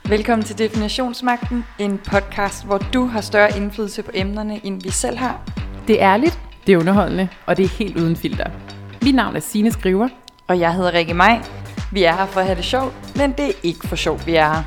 Velkommen til Definitionsmagten, en podcast, hvor du har større indflydelse på emnerne, end vi selv har. Det er ærligt, det er underholdende, og det er helt uden filter. Mit navn er Signe Skriver. Og jeg hedder Rikke Maj. Vi er her for at have det sjovt, men det er ikke for sjovt, vi er her.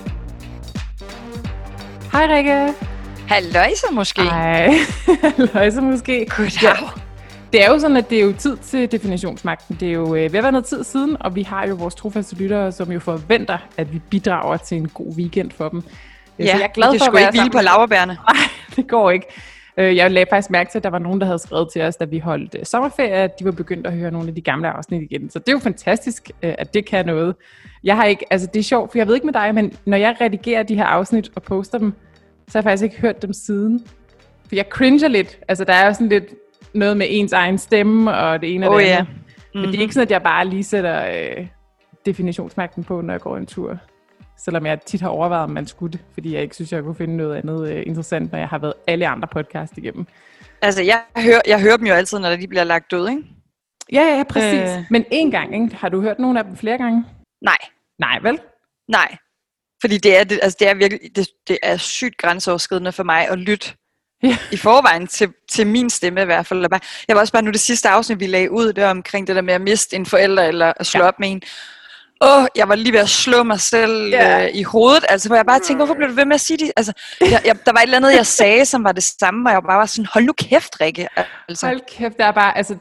Hej Rikke. Halløjsa måske. Hej, halløjsa måske. Goddag. Ja. Det er jo sådan, at det er jo tid til Definitionsmagten. Det er jo ved at være noget tid siden, og vi har jo vores trofaste lyttere, som jo forventer, at vi bidrager til en god weekend for dem. Ja, så jeg er glad for at være ikke hvile på laurbærrene. Nej, det går ikke. Jeg lagde faktisk mærke til, at der var nogen, der havde skrevet til os, da vi holdt sommerferie, at de var begyndt at høre nogle af de gamle afsnit igen. Så det er jo fantastisk, at det kan noget. Jeg har ikke, altså det er sjovt, for jeg ved ikke med dig, men når jeg redigerer de her afsnit og poster dem, så har jeg faktisk ikke hørt dem siden. For jeg cringer lidt. Altså der er jo sådan lidt noget med ens egen stemme og det ene og det andet. Yeah. Mm-hmm. Men det er ikke sådan, at jeg bare lige sætter definitionsmagten på, når jeg går en tur. Selvom jeg tit har overvejet, om man skulle det, fordi jeg ikke synes, jeg kunne finde noget andet interessant, når jeg har været alle andre podcast igennem. Altså, jeg hører dem jo altid, når de bliver lagt ud, ikke? Ja, præcis. Men én gang, ikke? Har du hørt nogle af dem flere gange? Nej. Nej, vel? Nej. Fordi det er virkelig, det er sygt grænseoverskridende for mig at lytte i forvejen til min stemme i hvert fald. Jeg var også bare nu det sidste afsnit, vi lagde ud, det var omkring det der med at miste en forælder eller at slå op med en. Jeg var lige ved at slå mig selv i hovedet, altså hvor jeg bare tænkte, hvorfor blev du ved med at sige det? Altså, der var et eller andet, jeg sagde, som var det samme, og jeg bare var sådan, hold nu kæft, Rikke. Altså. Hold kæft, der er bare, altså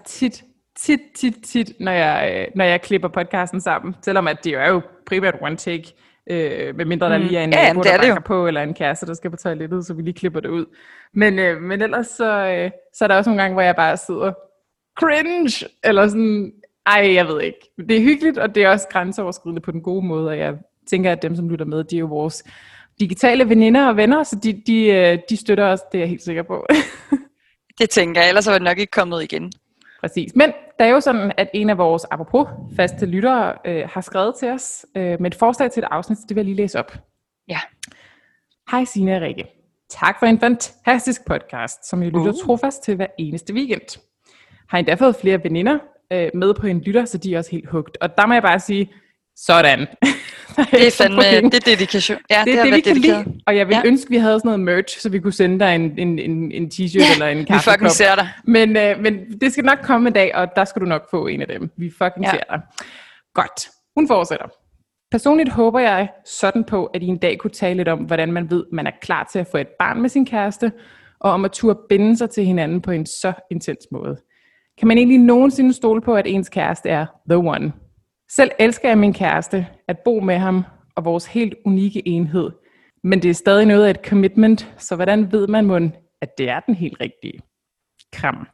tit, når jeg klipper podcasten sammen, selvom at det er jo primært one take, medmindre der lige er en nabo, der banker på, eller en kæreste, der skal på toilettet, så vi lige klipper det ud. Men ellers så er der også nogle gange, hvor jeg bare sidder cringe, eller sådan, jeg ved ikke. Det er hyggeligt, og det er også grænseoverskridende på den gode måde, og jeg tænker, at dem, som lytter med, de er jo vores digitale veninder og venner, så de støtter os, det er jeg helt sikker på. Det tænker jeg, ellers var det nok ikke kommet igen. Præcis. Men der er jo sådan, at en af vores, apropos faste lyttere, har skrevet til os med et forslag til et afsnit, så det vil jeg lige læse op. Ja. Hej Signe og Rikke. Tak for en fantastisk podcast, som jeg lytter trofast til hver eneste weekend. Har endda fået flere veninder med på en lytter, så de er også helt hugt. Og der må jeg bare sige, sådan. Det er fandme, det er dedikation. Ja, det er det, vi kan lide. Og jeg ville ønske, vi havde sådan noget merch, så vi kunne sende dig en t-shirt eller en kaffekop. Vi fucking ser dig. Men det skal nok komme en dag, og der skal du nok få en af dem. Vi fucking ser dig. Godt. Hun fortsætter. Personligt håber jeg sådan på, at I en dag kunne tale lidt om, hvordan man ved, man er klar til at få et barn med sin kæreste, og om at turde binde sig til hinanden på en så intens måde. Kan man egentlig nogensinde stole på, at ens kæreste er the one? Selv elsker jeg min kæreste, at bo med ham og vores helt unikke enhed. Men det er stadig noget af et commitment, så hvordan ved man, at det er den helt rigtige? Kram.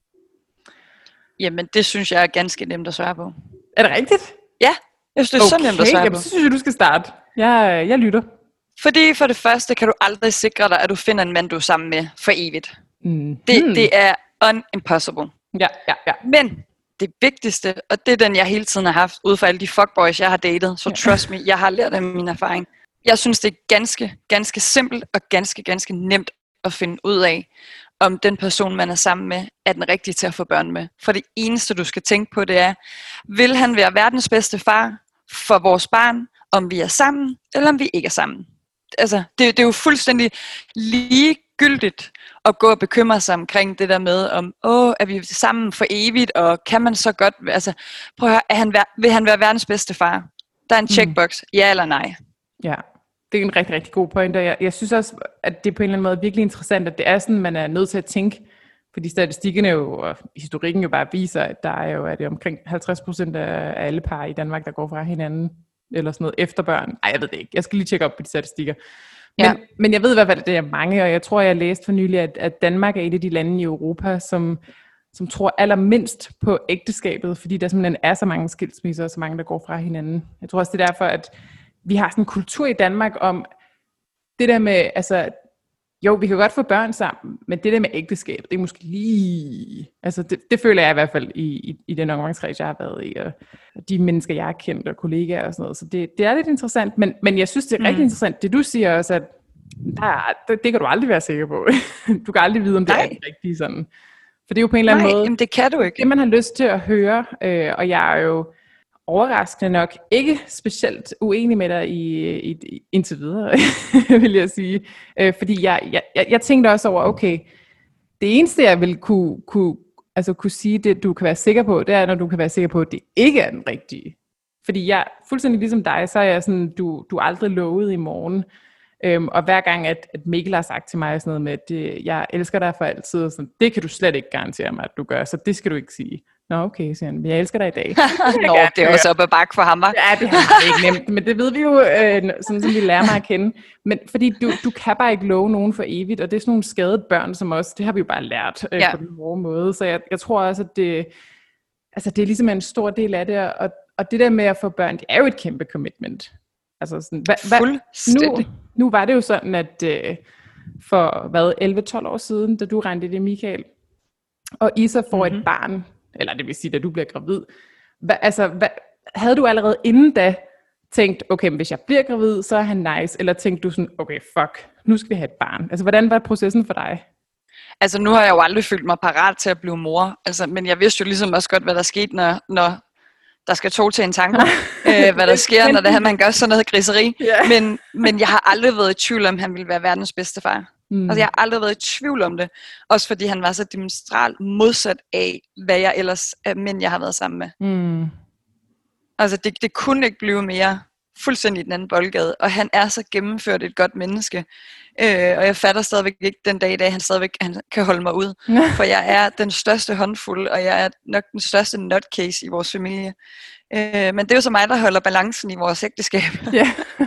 Jamen, det synes jeg er ganske nemt at svare på. Er det rigtigt? Ja, jeg synes, det er så nemt at svare på. Så synes jeg, du skal starte. Jeg lytter. Fordi for det første kan du aldrig sikre dig, at du finder en mand, du er sammen med for evigt. Det er unimpossible. Ja. Men det vigtigste, og det er den, jeg hele tiden har haft, ud fra alle de fuckboys, jeg har datet, så trust me, jeg har lært af min erfaring. Jeg synes, det er ganske, ganske simpelt og ganske, ganske nemt at finde ud af, om den person, man er sammen med, er den rigtige til at få børn med. For det eneste, du skal tænke på, det er, vil han være verdens bedste far for vores barn, om vi er sammen, eller om vi ikke er sammen? Altså, det er jo fuldstændig ligegyldigt at gå og bekymre sig omkring det der med, om er vi sammen for evigt, og kan man så godt, altså, prøv at høre, vil han være verdens bedste far? Der er en checkbox, ja eller nej. Ja, det er en rigtig, rigtig god point, og jeg synes også, at det på en eller anden måde er virkelig interessant, at det er sådan, man er nødt til at tænke, fordi statistikkerne jo, og historikken jo bare viser, at der er jo det omkring 50% af alle par i Danmark, der går fra hinanden, eller sådan noget efter børn. Jeg ved det ikke. Jeg skal lige tjekke op på de statistikker. Men jeg ved i hvert fald, at det er mange, og jeg tror, jeg læste for nylig, at Danmark er et af de lande i Europa, som tror allermindst på ægteskabet, fordi der simpelthen er så mange skilsmisser, og så mange, der går fra hinanden. Jeg tror også, det er derfor, at vi har sådan en kultur i Danmark om det der med, altså, jo, vi kan godt få børn sammen, men det der med ægteskab, det er måske lige, altså det føler jeg i hvert fald i den omgangskreds, jeg har været i, og de mennesker, jeg har kendt, og kollegaer og sådan noget, så det er lidt interessant, men jeg synes, det er rigtig interessant, det du siger også, at det kan du aldrig være sikker på. Du kan aldrig vide, om det er det rigtige sådan, for det er jo på en eller anden måde, jamen, det kan du ikke. Det man har lyst til at høre, og jeg er jo overraskende nok ikke specielt uenig med dig i indtil videre, vil jeg sige. Fordi jeg tænkte også over, okay, det eneste jeg vil kunne sige, det du kan være sikker på, det er, når du kan være sikker på, at det ikke er den rigtige. Fordi jeg, fuldstændig ligesom dig, så er jeg sådan, du er aldrig lovet i morgen. Og hver gang, at Mikkel har sagt til mig sådan noget med, at jeg elsker dig for altid, sådan, det kan du slet ikke garantere mig, at du gør, så det skal du ikke sige. Nå, okay, siger han, men jeg elsker dig i dag. Nå, det er også op ad bakke for ham, Ja, det er ikke nemt, men det ved vi jo, sådan som vi lærer mig at kende. Men fordi du kan bare ikke love nogen for evigt, og det er sådan nogle skadede børn, som også, det har vi jo bare lært på den hårde måde. Så jeg tror også, at det er ligesom en stor del af det, og det der med at få børn, det er jo et kæmpe commitment. Altså sådan, nu var det jo sådan, at for 11-12 år siden, da du rendte det, Michael, og Isa får et barn, eller det vil sige, da du bliver gravid, havde du allerede inden da tænkt, okay, men hvis jeg bliver gravid, så er han nice, eller tænkte du sådan, okay, fuck, nu skal vi have et barn. Altså, hvordan var processen for dig? Altså, nu har jeg jo aldrig følt mig parat til at blive mor, altså, men jeg vidste jo ligesom også godt, hvad der skete, når der skal 2 til en tango, hvad der sker, når det her, man gør sådan noget griseri. Yeah. Men jeg har aldrig været i tvivl om, han ville være verdens bedste far. Altså, jeg har aldrig været i tvivl om det. Også fordi han var så demonstralt modsat af, hvad jeg ellers af mænd, jeg har været sammen med. Altså, det kunne ikke blive mere fuldstændig den anden boldgade. Og han er så gennemført et godt menneske. Og jeg fatter stadigvæk ikke den dag i dag, han kan holde mig ud. For jeg er den største håndfuld, og jeg er nok den største nutcase i vores familie. Men det er jo så mig, der holder balancen i vores ægteskab. Yeah.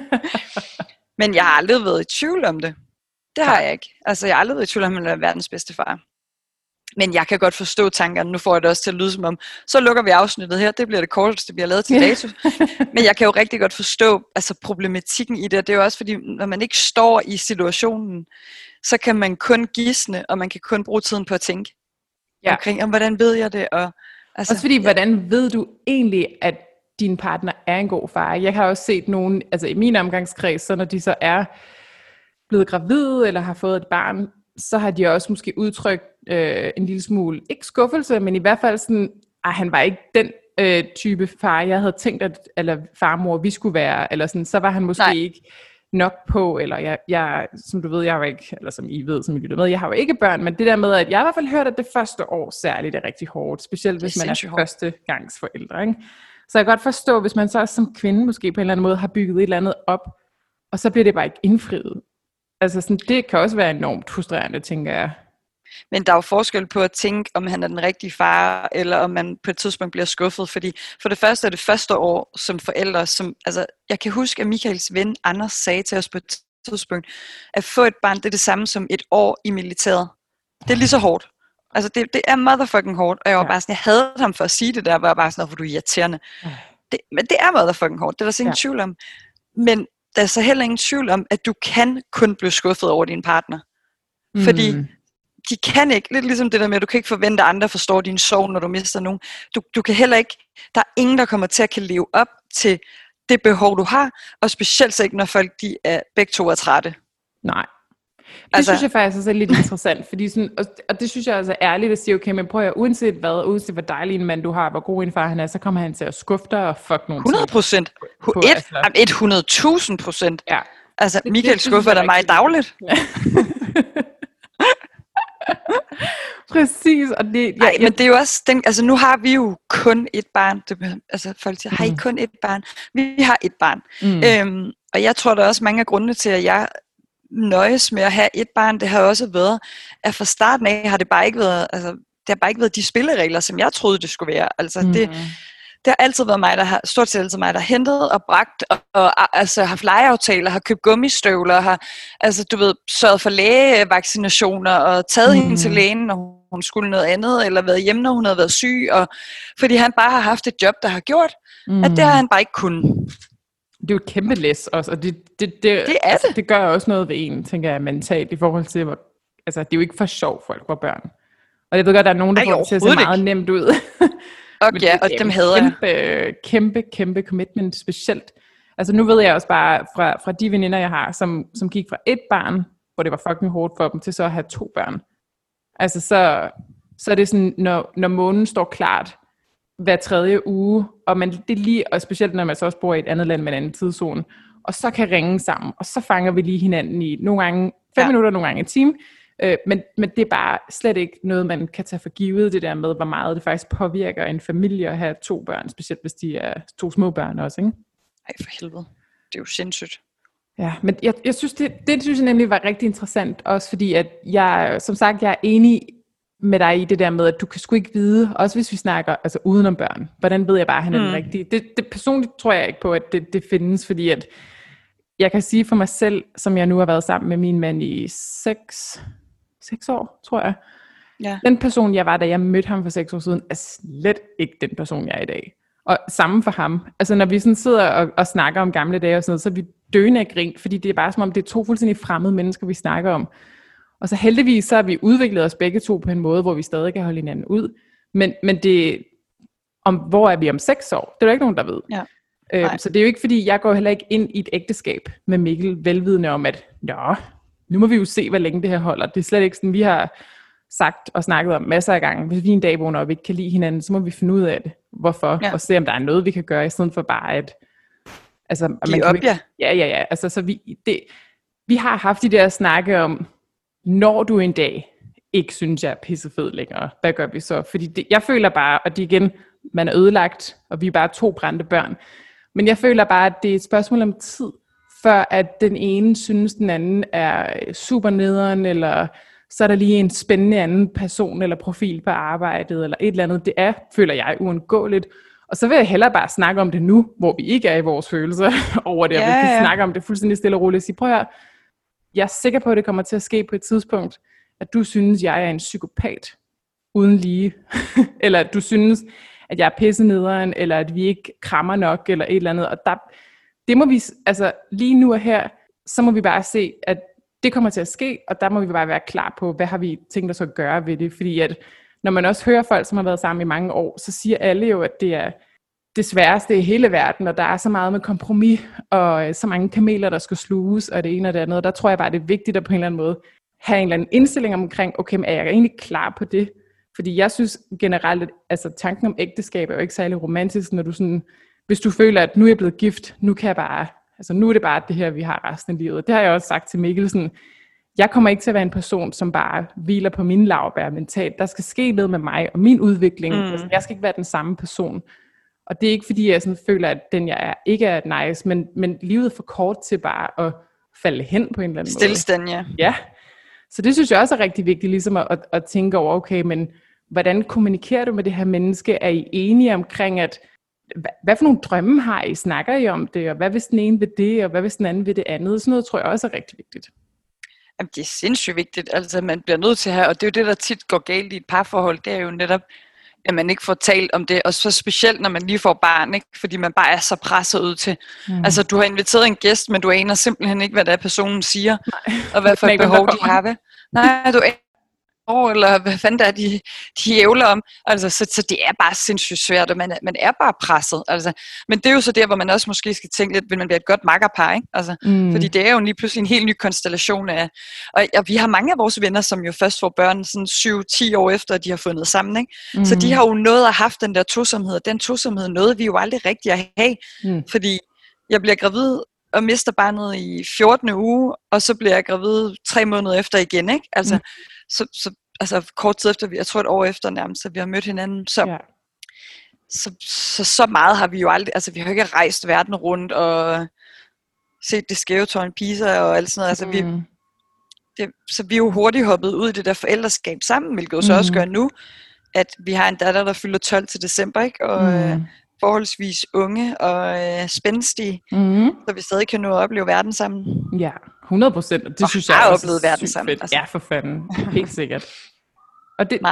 Men jeg har aldrig været i tvivl om det. Det har jeg ikke. Altså, jeg har aldrig været i tvivl om, at han er verdens bedste far. Men jeg kan godt forstå tankerne. Nu får jeg det også til at lyde som om, så lukker vi afsnittet her. Det bliver det korteste, det bliver lavet til dato. Men jeg kan jo rigtig godt forstå altså, problematikken i det. Og det er jo også fordi, når man ikke står i situationen, så kan man kun gisne, og man kan kun bruge tiden på at tænke omkring, om hvordan ved jeg det? Og, altså, også fordi, hvordan ved du egentlig, at din partner er en god far? Jeg har også set nogen, altså i min omgangskreds, så når de så er blevet gravide, eller har fået et barn, så har de også måske udtrykt en lille smule, ikke skuffelse, men i hvert fald sådan, han var ikke den type far, jeg havde tænkt, eller farmor, vi skulle være, eller sådan, så var han måske ikke nok på, eller jeg, som du ved, jeg var ikke, eller som I ved, som I lytter med, jeg har jo ikke børn, men det der med, at jeg har i hvert fald hørt, at det første år særligt er rigtig hårdt, specielt hvis man er førstegangsforældre, ikke? Så jeg kan godt forstå, hvis man så også som kvinde, måske på en eller anden måde, har bygget et eller andet op, og så bliver det bare ikke indfriet. Altså sådan, det kan også være enormt frustrerende, tænker jeg. Men der er jo forskel på at tænke, om han er den rigtige far, eller om man på et tidspunkt bliver skuffet. Fordi for det første er det første år som forældre, som, altså, jeg kan huske, at Michaels ven Anders sagde til os på et tidspunkt, at få et barn, det er det samme som et år i militæret. Det er lige så hårdt. Altså det er motherfucking hårdt, og jeg var bare sådan, jeg havde ham for at sige det der, hvor jeg bare sådan, hvor du er irriterende. Men det er motherfucking hårdt, det er der så ingen tvivl om. Men der er så heller ingen tvivl om, at du kan kun blive skuffet over din partner. Fordi de kan ikke, lidt ligesom det der med, at du kan ikke forvente, at andre forstår din sorg, når du mister nogen. Du kan heller ikke, der er ingen, der kommer til at kan leve op til det behov, du har, og specielt ikke, når folk de er begge to er trætte. Nej. Det synes jeg faktisk også er lidt interessant, fordi sådan, og det synes jeg altså er ærligt at sige, okay, men prøv at uanset hvad, uanset hvor dejlig en mand du har, hvor god en far han er, så kommer han til at skuffe dig og fuck nogle 100%. 100.000%. Ja. Altså, Michael skuffer dig mig dagligt. Ja. Præcis. Og det, men det er jo også, altså nu har vi jo kun et barn. Altså folk siger, har I kun et barn? Vi har et barn. Og jeg tror, der er også mange af grundene til, at jeg nøjes med at have et barn. Det har også været, at fra starten af har det bare ikke været, altså det har bare ikke været de spilleregler, som jeg troede, det skulle være. Altså det har altid været mig, der har, stort set altid mig, der har hentet og bragt, og altså haft legeaftaler, har købt gummistøvler, har, altså du ved, sørget for lægevaccinationer, og taget hende til lægen, når hun skulle noget andet, eller været hjemme, når hun havde været syg, og fordi han bare har haft et job, der har gjort, at det har han bare ikke kunnet. Det er jo et kæmpe læs også, og det altså, det gør også noget ved en, tænker jeg, mentalt, i forhold til, hvor, altså det er jo ikke for sjov, folk var børn. Og jeg ved godt, der er nogen, der får det til at se meget nemt ud. Okay, og dem hader jeg. Kæmpe commitment, specielt. Altså nu ved jeg også bare fra de veninder, jeg har, som gik fra et barn, hvor det var fucking hårdt for dem, til så at have 2 børn. Altså så er det sådan, når månen står klart, hver tredje uge, og det er lige, og specielt når man så også bor i et andet land med en anden tidszone, og så kan ringe sammen, og så fanger vi lige hinanden i nogle gange 5 minutter, nogle gange en time, men det er bare slet ikke noget, man kan tage for givet, det der med, hvor meget det faktisk påvirker en familie at have 2 børn, specielt hvis de er 2 små børn også, ikke? Ej, for helvede. Det er jo sindssygt. Ja, men jeg synes, det synes jeg nemlig var rigtig interessant, også fordi, at jeg er enig med dig i det der med, at du kan sgu ikke vide, også hvis vi snakker altså udenom børn, hvordan ved jeg bare, at han er den rigtige. Det personligt tror jeg ikke på, at det findes, fordi at jeg kan sige for mig selv, som jeg nu har været sammen med min mand i 6 år, tror jeg. Ja. Den person, jeg var, da jeg mødte ham for 6 år siden, er slet ikke den person, jeg er i dag. Og samme for ham. Altså når vi sådan sidder og snakker om gamle dage og sådan noget, så er vi døende af grin, fordi det er bare som om, det er 2 fuldstændig fremmede mennesker, vi snakker om. Og så heldigvis, så har vi udviklet os begge to på en måde, hvor vi stadig kan holde hinanden ud. Men det, hvor er vi om 6 år? Det er der ikke nogen, der ved. Ja. Så det er jo ikke fordi, jeg går heller ikke ind i et ægteskab med Mikkel, velvidende om, at nu må vi jo se, hvor længe det her holder. Det er slet ikke sådan, vi har sagt og snakket om masser af gange. Hvis vi en dag vågner op og ikke kan lide hinanden, så må vi finde ud af det. Hvorfor? Ja. Og se, om der er noget, vi kan gøre, i stedet for bare at... Altså, give op, ja. Ja. Altså, så vi har haft de der snakke om, når du en dag ikke synes, jeg er pissefed længere, hvad gør vi så? Fordi jeg føler bare, og det igen, man er ødelagt, og vi er bare 2 brændte børn. Men jeg føler bare, at det er et spørgsmål om tid, før at den ene synes, den anden er super nederen, eller så er der lige en spændende anden person eller profil på arbejdet, eller et eller andet. Det er, føler jeg, uundgåeligt. Og så vil jeg hellere bare snakke om det nu, hvor vi ikke er i vores følelser over det, og vi kan snakke om det fuldstændig stille og roligt og sige, prøv at høre, jeg er sikker på, at det kommer til at ske på et tidspunkt, at du synes, jeg er en psykopat uden lige, eller at du synes, at jeg er pissenederen, eller at vi ikke krammer nok, eller et eller andet. Og det må vi, altså lige nu og her, så må vi bare se, at det kommer til at ske, og der må vi bare være klar på, hvad har vi tænkt os at gøre ved det. Fordi at når man også hører folk, som har været sammen i mange år, så siger alle jo, at det er det sværeste i hele verden, og der er så meget med kompromis, og så mange kameler, der skal sluges, og det ene og det andet. Og der tror jeg bare, det er vigtigt at på en eller anden måde have en eller anden indstilling omkring, okay, men er jeg egentlig klar på det? Fordi jeg synes generelt, at altså, tanken om ægteskab er jo ikke særlig romantisk, når du sådan, hvis du føler, at nu er jeg blevet gift, nu kan jeg bare, altså nu er det bare det her, vi har resten af livet. Det har jeg også sagt til Mikkel, sådan, jeg kommer ikke til at være en person, som bare hviler på mine laurbær mentalt. Der skal ske noget med mig og min udvikling. Altså, jeg skal ikke være den samme person. Og det er ikke fordi, jeg sådan føler, at den jeg er, ikke er nice, men livet er for kort til bare at falde hen på en eller anden måde. Stilstand, ja. Ja. Så det synes jeg også er rigtig vigtigt, ligesom at tænke over, okay, men hvordan kommunikerer du med det her menneske? Er I enige omkring, at hvad for nogle drømme har I? Snakker I om det? Og hvad hvis den ene vil det, og hvad hvis den anden vil det andet? Sådan noget tror jeg også er rigtig vigtigt. Jamen, det er sindssygt vigtigt. Altså, man bliver nødt til at have, og det er jo det, der tit går galt i et parforhold, det er jo netop, at man ikke får talt om det, og så specielt, når man lige får barn, ikke? Fordi man bare er så presset ud til. Altså, du har inviteret en gæst, men du aner simpelthen ikke, hvad det er, personen siger, og hvad for et behov de har ved. Nej, du eller hvad fanden der er, de ævler om. Altså, så det er bare sindssygt svært, og man er bare presset. Altså. Men det er jo så der, hvor man også måske skal tænke lidt, vil man være et godt makkerpar, ikke? Altså, fordi det er jo lige pludselig en helt ny konstellation af, og vi har mange af vores venner, som jo først får børn sådan 7-10 år efter, at de har fundet sammen, ikke? Så de har jo nået at haft den der tosomhed, og den tosomhed nåede vi jo aldrig rigtig at have, fordi jeg bliver gravid og mister barnet i 14. uge, og så bliver jeg gravid 3 måneder efter igen, ikke? Altså, så kort tid efter, jeg tror et år efter nærmest, så vi har mødt hinanden, så meget har vi jo aldrig, altså vi har ikke rejst verden rundt og set det skæve tårn Pisa og alt sådan noget, altså så vi er jo hurtigt hoppet ud i det der forældreskab sammen, hvilket jo så også gør nu, at vi har en datter, der fylder 12 til december, ikke? Og forholdsvis unge og spændstige, så vi stadig kan nå at opleve verden sammen. Ja, 100%. Det synes jeg har også oplevet verden sammen. Altså. Ja, for fanden. Helt sikkert. Og det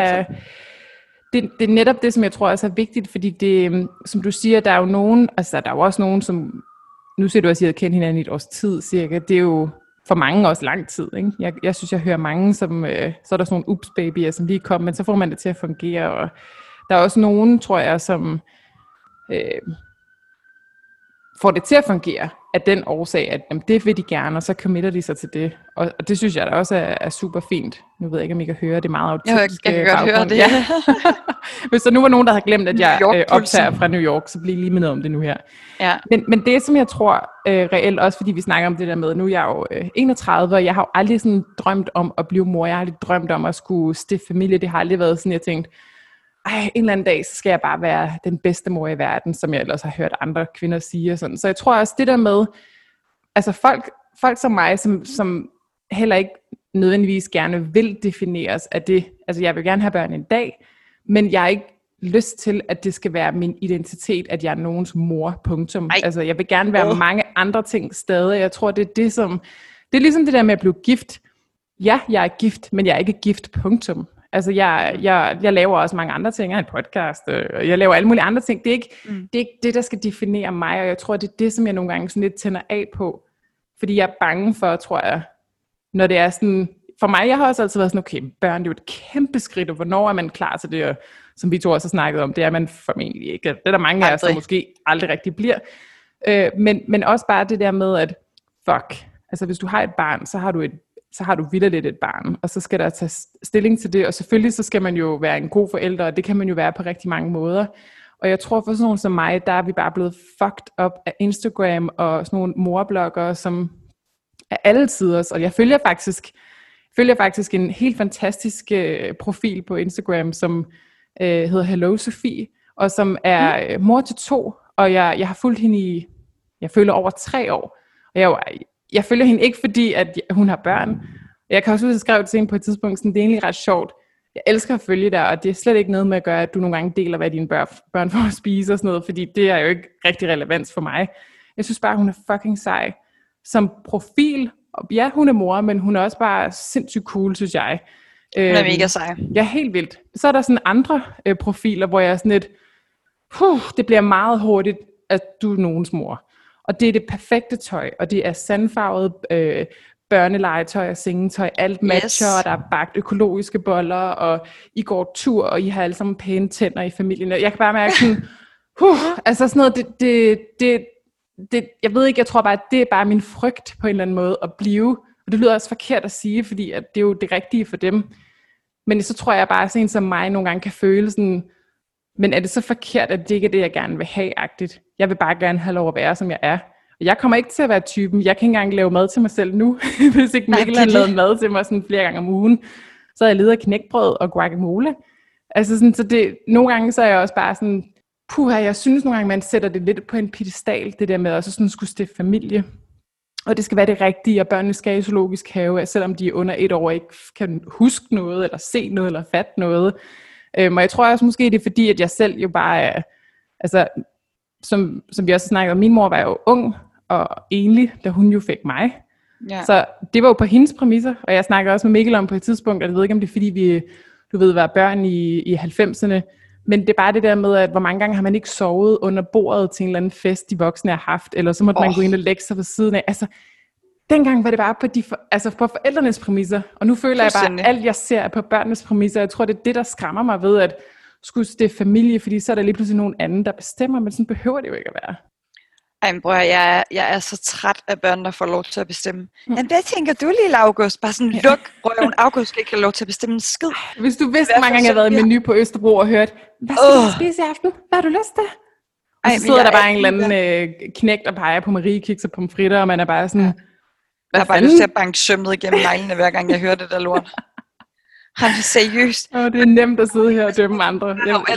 er netop det, som jeg tror også er vigtigt, fordi det, som du siger, der er jo nogen, altså der er jo også nogen, som, nu siger du også, at I har kendt hinanden i et års tid cirka, det er jo for mange også lang tid, ikke? Jeg synes, jeg hører mange, som, så er der sådan nogle ups-babyer, som lige kommer, men så får man det til at fungere, og der er også nogen, tror jeg, som får det til at fungere af den årsag, at jamen, det vil de gerne, og så committer de sig til det. Og det synes jeg da også er super fint. Nu ved jeg ikke, om I kan høre, det er meget autistisk jeg kan godt høre det. Ja. Hvis der nu var nogen, der havde glemt, at jeg optager fra New York, så bliver lige med noget om det nu her. Ja. Men det, som jeg tror reelt, også fordi vi snakker om det der med, nu er jeg jo 31, og jeg har jo aldrig sådan drømt om at blive mor. Jeg har aldrig drømt om at skulle stifte familie. Det har aldrig været sådan, jeg tænkte, en eller anden dag, så skal jeg bare være den bedste mor i verden, som jeg ellers har hørt andre kvinder sige. Og sådan. Så jeg tror også, det der med, altså folk som mig, som heller ikke nødvendigvis gerne vil defineres af det. Altså jeg vil gerne have børn en dag, men jeg har ikke lyst til, at det skal være min identitet, at jeg er nogens mor, punktum. Altså jeg vil gerne være mange andre ting stadig. Jeg tror, det er det, som... Det er ligesom det der med at blive gift. Ja, jeg er gift, men jeg er ikke gift, punktum. Altså jeg laver også mange andre ting. Jeg har en podcast, og jeg laver alle mulige andre ting. Det er ikke det, der skal definere mig, og jeg tror, det er det, som jeg nogle gange sådan lidt tænder af på. Fordi jeg er bange for, tror jeg, når det er sådan... For mig, jeg har også altid været sådan, okay, børn, det er jo et kæmpe skridt, og hvornår er man klar til det, og som vi to også har snakket om, det er man formentlig ikke. Det er der mange af os, der måske aldrig rigtig bliver. Men også bare det der med, at altså hvis du har et barn, så har du vitterligt et barn, og så skal der tage stilling til det, og selvfølgelig så skal man jo være en god forælder, og det kan man jo være på rigtig mange måder. Og jeg tror for sådan nogen som mig, der er vi bare blevet fucked up af Instagram, og sådan nogle morbloggere, som er alle tiders, og jeg følger faktisk en helt fantastisk profil på Instagram, som hedder Hello Sofie, og som er mor til 2, og jeg har fulgt hende i, jeg føler over 3 år, og jeg følger hende ikke fordi, at hun har børn. Jeg kan også huske, at jeg skrev til hende på et tidspunkt, sådan, det er egentlig ret sjovt. Jeg elsker at følge dig, og det er slet ikke noget med at gøre, at du nogle gange deler, hvad dine børn får at spise og sådan noget, fordi det er jo ikke rigtig relevans for mig. Jeg synes bare, hun er fucking sej. Som profil, og ja, hun er mor, men hun er også bare sindssygt cool, synes jeg. Hun er mega sej. Ja, helt vildt. Så er der sådan andre profiler, hvor jeg er sådan lidt, det bliver meget hurtigt, at du er nogens mor. Og det er det perfekte tøj, og det er sandfarvet børnelegetøj og sengetøj, alt matcher, og der er bagt økologiske boller, og I går tur, og I har alle sammen pæne tænder i familien. Jeg kan bare mærke sådan, altså sådan noget, det, jeg ved ikke, jeg tror bare, at det er bare min frygt på en eller anden måde at blive, og det lyder også forkert at sige, fordi at det er jo det rigtige for dem, men så tror jeg bare, at en som mig nogle gange kan føle sådan, men er det så forkert, at det ikke er det, jeg gerne vil have-agtigt? Jeg vil bare gerne have lov at være, som jeg er. Og jeg kommer ikke til at være typen, jeg kan ikke engang lave mad til mig selv nu, hvis ikke Mikkel har lavet mad til mig sådan flere gange om ugen, så er jeg ledet af knækbrød og guacamole. Altså sådan, så det, nogle gange så er jeg også bare sådan, jeg synes nogle gange, man sætter det lidt på en piedestal, det der med også sådan skulle stifte familie. Og det skal være det rigtige, og børnene skal i zoologisk have, selvom de under 1 år ikke kan huske noget, eller se noget, eller fatte noget. Og jeg tror også måske, det er fordi, at jeg selv jo bare er, altså, som vi også snakkede om, min mor var jo ung og enlig, da hun jo fik mig. Ja. Så det var jo på hendes præmisser, og jeg snakker også med Mikkel om på et tidspunkt, og jeg ved ikke, om det er fordi, vi, var børn i 90'erne, men det er bare det der med, at hvor mange gange har man ikke sovet under bordet til en eller anden fest, de voksne har haft, eller så måtte man gå ind og lægge sig ved siden af. Altså, dengang var det bare på forældrenes præmisser, og nu føler jeg bare, at alt jeg ser er på børnenes præmisser. Jeg tror, det er det, der skræmmer mig ved, at skulle det familie, fordi så er der lige pludselig nogen anden, der bestemmer, men sådan behøver det jo ikke at være. Ej, men bror, jeg er så træt af børn, der får lov til at bestemme. Men hvad tænker du, lille August? Bare sådan, luk røven. August skal ikke have lov til at bestemme en skid. Hvis du vidste, hvor mange gange jeg har været i Menu på Østerbro og hørt, hvad skal du spise i aften? Hvad har du lyst til? Og så sidder der bare en eller anden knægt og peger på Marie-kiks og pomfritter, og man er bare sådan... Jeg har bare lyst til at banke sømmet igennem neglene, hver gang jeg hører det der lort. Han er seriøst. Det er nemt at sidde her og dømme andre.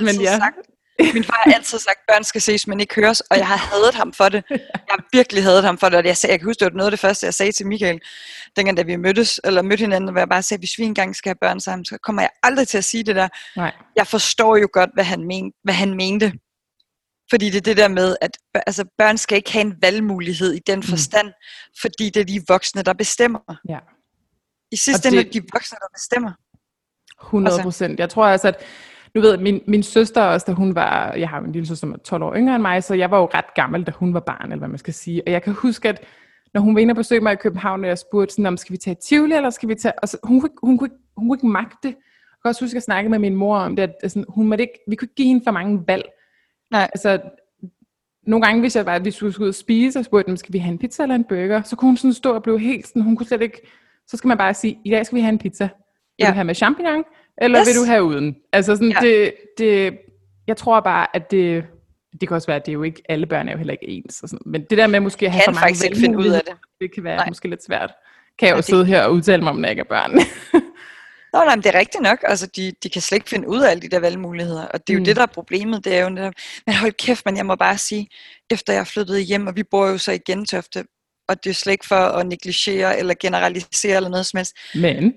Min far har altid sagt, at børn skal ses, men ikke høres, og jeg har hadet ham for det. Jeg har virkelig hadet ham for det, og jeg kan huske, det var noget af det første, jeg sagde til Michael, dengang da vi mødte hinanden, hvor jeg bare sagde, hvis vi engang skal have børn sammen, så kommer jeg aldrig til at sige det der. Nej. Jeg forstår jo godt, hvad han mente. Fordi det er det der med, at altså, børn skal ikke have en valgmulighed i den forstand, fordi det er de voksne, der bestemmer. Ja. I sidste ende er det de voksne, der bestemmer. 100%. Jeg tror altså, at nu ved jeg, min søster også, da hun var, jeg har jo en lille søster, som er 12 år yngre end mig, så jeg var jo ret gammel, da hun var barn, eller hvad man skal sige. Og jeg kan huske, at når hun var inde og besøgte mig i København, og jeg spurgte sådan, om skal vi tage Tivoli, eller skal vi tage... Altså, hun kunne ikke magte det. Jeg kan også huske, at jeg snakkede med min mor om det, at altså, vi kunne ikke give hende for mange valg. Nej. Altså, nogle gange, hvis vi skulle ud og spise, og spurgte dem, skal vi have en pizza eller en burger, så kunne hun sådan stå og blive helt sådan, hun kunne slet ikke, så skal man bare sige, i dag skal vi have en pizza. Vil du have med champignon, eller vil du have uden? Altså sådan, det, jeg tror bare, at det kan også være, at det er jo ikke, alle børn er jo heller ikke ens. Og sådan. Men det der med måske at have for mange ikke finde ud af det kan være måske lidt svært. Kan jeg jo sidde her og udtale mig om, når jeg ikke er børn. Nej, men det er rigtigt nok. Altså, de kan slet ikke finde ud af alle de der valgmuligheder. Og det er jo det, der er problemet. Det er jo netop, men hold kæft, men jeg må bare sige, efter jeg flyttede hjem, og vi bor jo så i Gentofte, og det er slet ikke for at negligere eller generalisere eller noget som helst. Men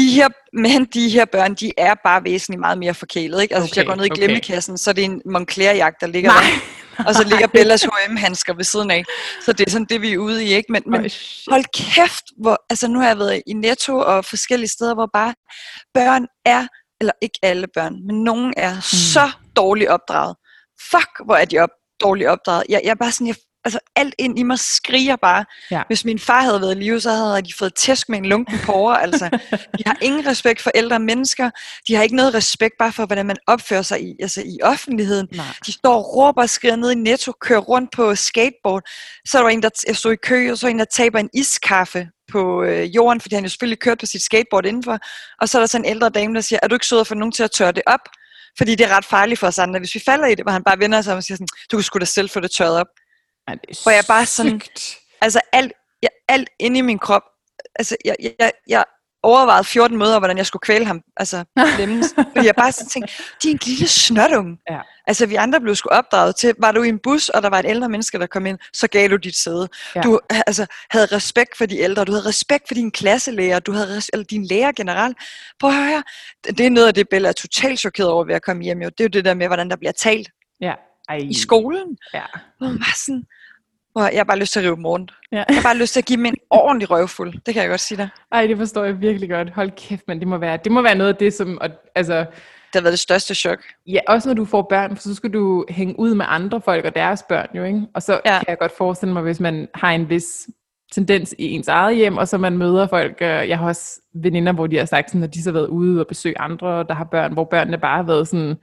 de her børn, de er bare væsentligt meget mere forkælet, ikke? Altså, hvis jeg går ned i glemmekassen, så er det en Moncler-jagt, der ligger der. Og så ligger Bellas H&M-handsker ved siden af. Så det er sådan det, vi er ude i, ikke? Men hold kæft, altså nu har jeg været i Netto og forskellige steder, hvor bare børn er, eller ikke alle børn, men nogen er så dårligt opdraget. Fuck, hvor er de dårligt opdraget. Jeg er bare sådan, altså alt ind i mig skriger bare. Ja. Hvis min far havde været i live, så havde de fået tæsk med en lunken porre. Altså, de har ingen respekt for ældre mennesker. De har ikke noget respekt bare for, hvordan man opfører sig i offentligheden. Nej. De står og råber og skriger ned i Netto, kører rundt på skateboard. Så var der en, der stod i kø, og så en, der taber en iskaffe på jorden, fordi han jo selvfølgelig kørt på sit skateboard indenfor. Og så er der så en ældre dame, der siger, er du ikke sød at få nogen til at tørre det op? Fordi det er ret farligt for os andre. Hvis vi falder i det, hvor han bare vender sig og siger sådan, du kan sgu da selv få det tørret op. Hvor jeg bare sådan, altså alt inde i min krop, altså jeg overvejede 14 møder, hvordan jeg skulle kvæle ham, altså lemmes, fordi jeg bare sådan tænkte, de er en lille snøtunge. Ja. Altså vi andre blev sgu opdraget til, var du i en bus, og der var et ældre menneske, der kom ind, så gav du dit sæde. Ja. Du havde respekt for de ældre, du havde respekt for dine klasselærer, du havde eller dine lærer generelt. Prøv at høre her, det er noget af det, Bella er totalt chokeret over ved at komme hjem, jo. Det er jo det der med, hvordan der bliver talt. Ja. I skolen. Ja. Hvor man bare sådan, jeg har bare lyst til at rive dem rundt. Ja. Jeg har bare lyst til at give dem en ordentlig røvfuld. Det kan jeg godt sige dig. Ej, det forstår jeg virkelig godt. Hold kæft, men det må være noget af det, som, altså... Det har været det største chok. Ja, også når du får børn, for så skal du hænge ud med andre folk og deres børn jo, ikke? Og så kan jeg godt forestille mig, hvis man har en vis tendens i ens eget hjem, og så man møder folk. Jeg har også veninder, hvor de har sagt, sådan, når de så har været ude og besøge andre, der har børn, hvor børnene bare har været sådan...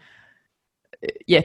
Ja,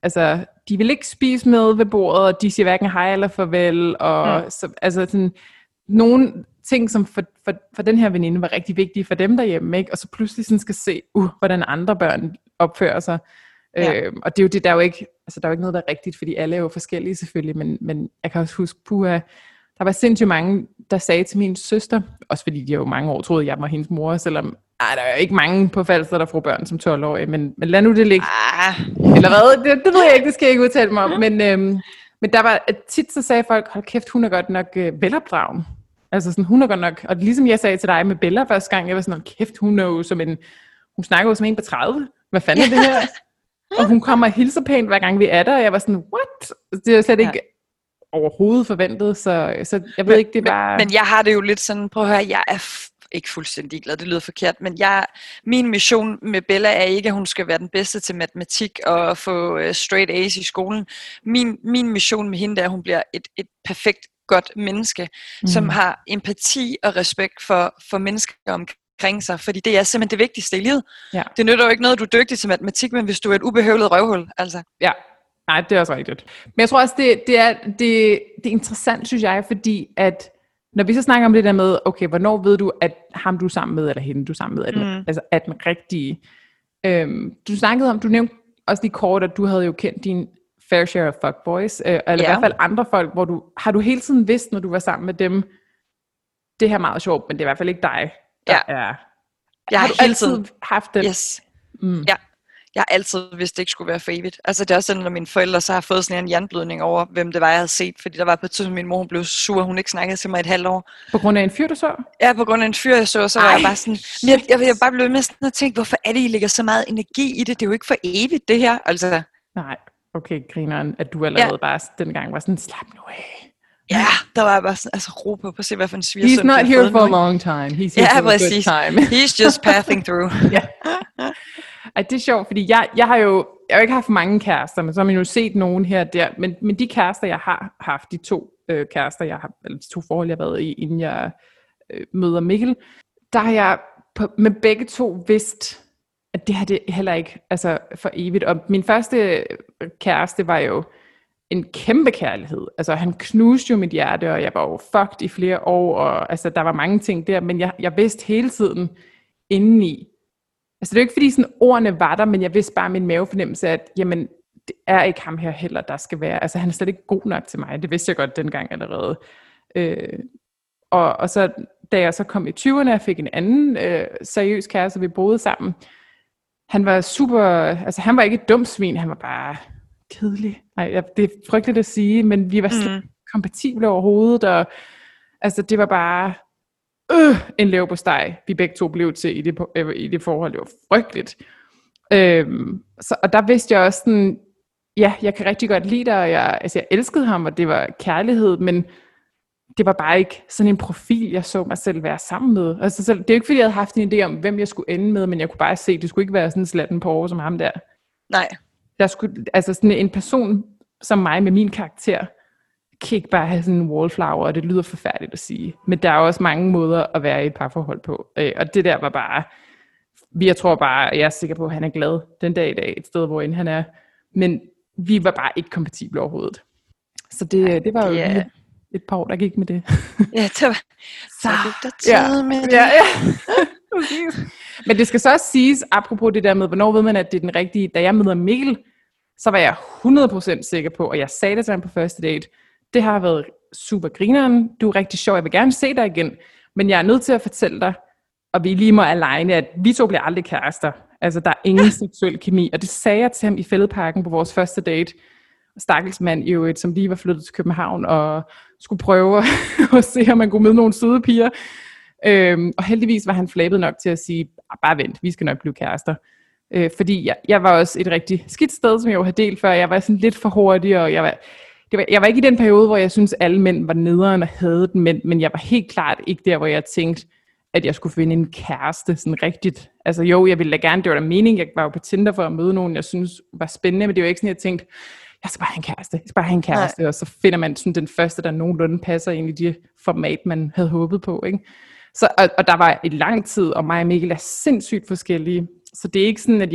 de vil ikke spise med ved bordet, og de siger hverken hej eller farvel, og så, altså sådan, nogle ting, som for den her veninde var rigtig vigtige for dem derhjemme, ikke? Og så pludselig sådan skal se, hvordan andre børn opfører sig. Ja. Og det er jo det, der er jo ikke noget, der er rigtigt, fordi alle er jo forskellige selvfølgelig, men jeg kan også huske, der var sindssygt mange, der sagde til min søster, også fordi de jo mange år troede, jeg var hendes mor, selvom der er ikke mange på Falster, der får børn som 12-årige, men lad nu det ligge. Eller hvad? Det ved jeg ikke, det skal jeg ikke udtale mig om. Men der var tit, så sagde folk, hold kæft, hun er godt nok velopdragen. Altså sådan, hun er godt nok, og ligesom jeg sagde til dig med Bella første gang, jeg var sådan, kæft, hun snakker jo som en på 30. Hvad fanden er det her? Og hun kommer og hilser pænt, hver gang vi er der, og jeg var sådan, what? Det er slet ikke overhovedet forventet, så jeg ved ikke, det var... Men jeg har det jo lidt sådan, prøv at høre, jeg er ikke fuldstændig glad, det lyder forkert, men min mission med Bella er ikke, at hun skal være den bedste til matematik og få straight A's i skolen. Min mission med hende er, at hun bliver et perfekt, godt menneske, som har empati og respekt for mennesker omkring sig, fordi det er simpelthen det vigtigste i livet. Ja. Det nytter jo ikke noget, at du er dygtig til matematik, men hvis du er et ubehøvlet røvhul, altså. Ja. Nej, det er også rigtigt. Men jeg tror også, det er interessant, synes jeg, fordi at når vi så snakker om det der med, okay, hvornår ved du, at ham du er sammen med, eller hende du er sammen med, er den rigtige. Du nævnte også lige kort, at du havde jo kendt din fair share of fuckboys, eller i hvert fald andre folk, hvor har du hele tiden vidst, når du var sammen med dem, det her er meget sjovt, men det er i hvert fald ikke dig, der er. Jeg har du altid haft det? Yes. Ja. Jeg har altid vidst, det ikke skulle være for evigt. Altså det er også sådan, når mine forældre så har fået sådan en jernblødning over, hvem det var, jeg havde set. Fordi der var på et tidspunkt, min mor hun blev sur, hun ikke snakkede til mig et halvt år. På grund af en fyr, du så? Ja, på grund af en fyr, jeg så. Så var jeg bare sådan, jeg bare blev med sådan at tænke, hvorfor er det, I lægger så meget energi i det? Det er jo ikke for evigt, det her. Altså. Nej, okay, grineren, at du allerede bare dengang var sådan, slap nu af. Ja, der var jeg bare sådan, altså ro på at se, hvad for en svigersøn. He's not here for a long time. He's here for a good time. He's just passing through. Ej, det er sjovt, fordi jeg har jo ikke haft mange kærester, men så har man jo set nogen her og der. Men de kærester, jeg har haft, de to kærester, eller de to forhold, jeg har været i, inden jeg møder Mikkel, der har jeg med begge to vidst, at det her det heller ikke altså for evigt. Og min første kæreste var jo en kæmpe kærlighed. Altså, han knuste jo mit hjerte, og jeg var jo fucked i flere år, og altså, der var mange ting der, men jeg vidste hele tiden indeni. Altså, det er jo ikke fordi sådan ordene var der, men jeg vidste bare min mavefornemmelse, at jamen, det er ikke ham her heller, der skal være. Altså, han er slet ikke god nok til mig. Det vidste jeg godt dengang allerede. Og så, da jeg så kom i 20'erne, og fik en anden seriøs kæreste, vi boede sammen, han var super, altså han var ikke et dumt svin, han var bare kedelig. Nej, det er frygteligt at sige, men vi var slet kompatible overhovedet, og altså det var bare en leverpostej, vi begge to blev til i det forhold. Det var frygteligt. Og der vidste jeg også sådan, ja, jeg kan rigtig godt lide dig, og jeg elskede ham, og det var kærlighed, men det var bare ikke sådan en profil, jeg så mig selv være sammen med. Altså, det er jo ikke, fordi jeg havde haft en idé om, hvem jeg skulle ende med, men jeg kunne bare se, det skulle ikke være sådan en slatten på år som ham der. Nej. Der skulle, altså sådan en person som mig med min karakter, kan ikke bare have sådan en wallflower, og det lyder forfærdeligt at sige. Men der er også mange måder at være i et parforhold på. Og det der var bare, jeg tror bare, jeg er sikker på, at han er glad den dag i dag, et sted, hvor han er. Men vi var bare ikke kompatible overhovedet. Så det var jo et par år, der gik med det. Ja, det var så der tid med det. Ja. Men det skal så også siges, apropos det der med, hvornår ved man, at det er den rigtige. Da jeg møder Mikkel, så var jeg 100% sikker på, og jeg sagde det til ham på første date, det har været super grineren, du er rigtig sjov, jeg vil gerne se dig igen, men jeg er nødt til at fortælle dig, og vi lige må alene, at vi to bliver aldrig kærester. Altså, der er ingen seksuel kemi, og det sagde jeg til ham i Fælledparken på vores første date. Stakkels mand i øvrigt, som lige var flyttet til København og skulle prøve at se, om man kunne møde nogle søde piger. Og heldigvis var han flabet nok til at sige, bare vent, vi skal nok blive kærester. Fordi jeg var også et rigtig skidt sted, som jeg jo havde delt før. Jeg var sådan lidt for hurtig, og jeg var ikke i den periode, hvor jeg synes alle mænd var nederen og havde den, men jeg var helt klart ikke der, hvor jeg tænkte, at jeg skulle finde en kæreste, sådan rigtigt. Altså jo, jeg ville da gerne, det var der mening, jeg var jo på Tinder for at møde nogen, jeg synes var spændende, men det var ikke sådan, jeg tænkte, jeg skal bare have en kæreste, og så finder man sådan den første, der nogenlunde passer ind i det format, man havde håbet på, ikke? Så, og der var et lang tid, og mig og Mikkel er sindssygt forskellige, så det er ikke sådan,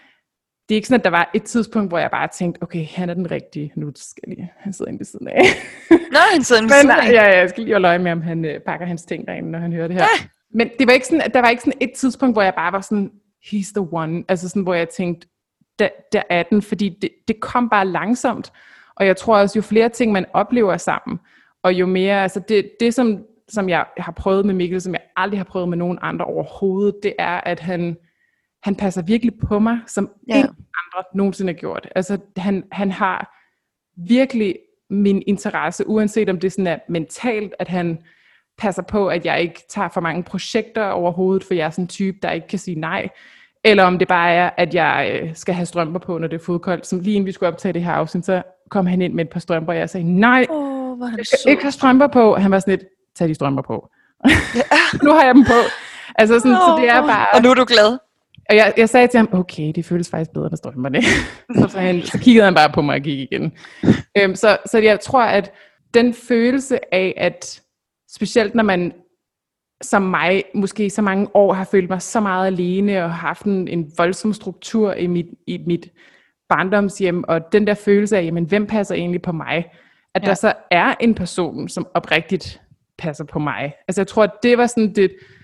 at der var et tidspunkt, hvor jeg bare tænkte, okay, han er den rigtige, nu skal jeg lige, han sidder inde ved siden af. Nå, han sidder inde ved siden af. Ja, jeg skal lige holde øje med, om han pakker hans ting derinde, når han hører det her. Ja. Men det var ikke sådan, der var ikke sådan et tidspunkt, hvor jeg bare var sådan, he's the one, altså sådan, hvor jeg tænkte, der er den, fordi det kom bare langsomt, og jeg tror også, jo flere ting man oplever sammen, og jo mere, altså det som jeg har prøvet med Mikkel, som jeg aldrig har prøvet med nogen andre overhovedet, det er, at han passer virkelig på mig, som ingen andre nogensinde har gjort. Altså han har virkelig min interesse, uanset om det sådan er mentalt, at han passer på, at jeg ikke tager for mange projekter overhovedet, for jeg er sådan en type, der ikke kan sige nej, eller om det bare er, at jeg skal have strømper på, når det er fodkoldt. Som lige inden vi skulle optage det her afsnit, så kom han ind med et par strømper, og jeg sagde, nej, jeg skal ikke have strømper på. Han var sådan lidt, tag de strømper på. Ja. Nu har jeg dem på. Altså sådan, så det er bare... Og nu er du glad? Og jeg sagde til ham, okay, det føles faktisk bedre med strømperne. så kiggede han bare på mig og gik igen. Så jeg tror, at den følelse af, at specielt når man som mig, måske så mange år, har følt mig så meget alene, og har haft en voldsom struktur i mit barndomshjem, og den der følelse af, jamen, hvem passer egentlig på mig? At der så er en person, som oprigtigt passer på mig. Altså jeg tror, at det var sådan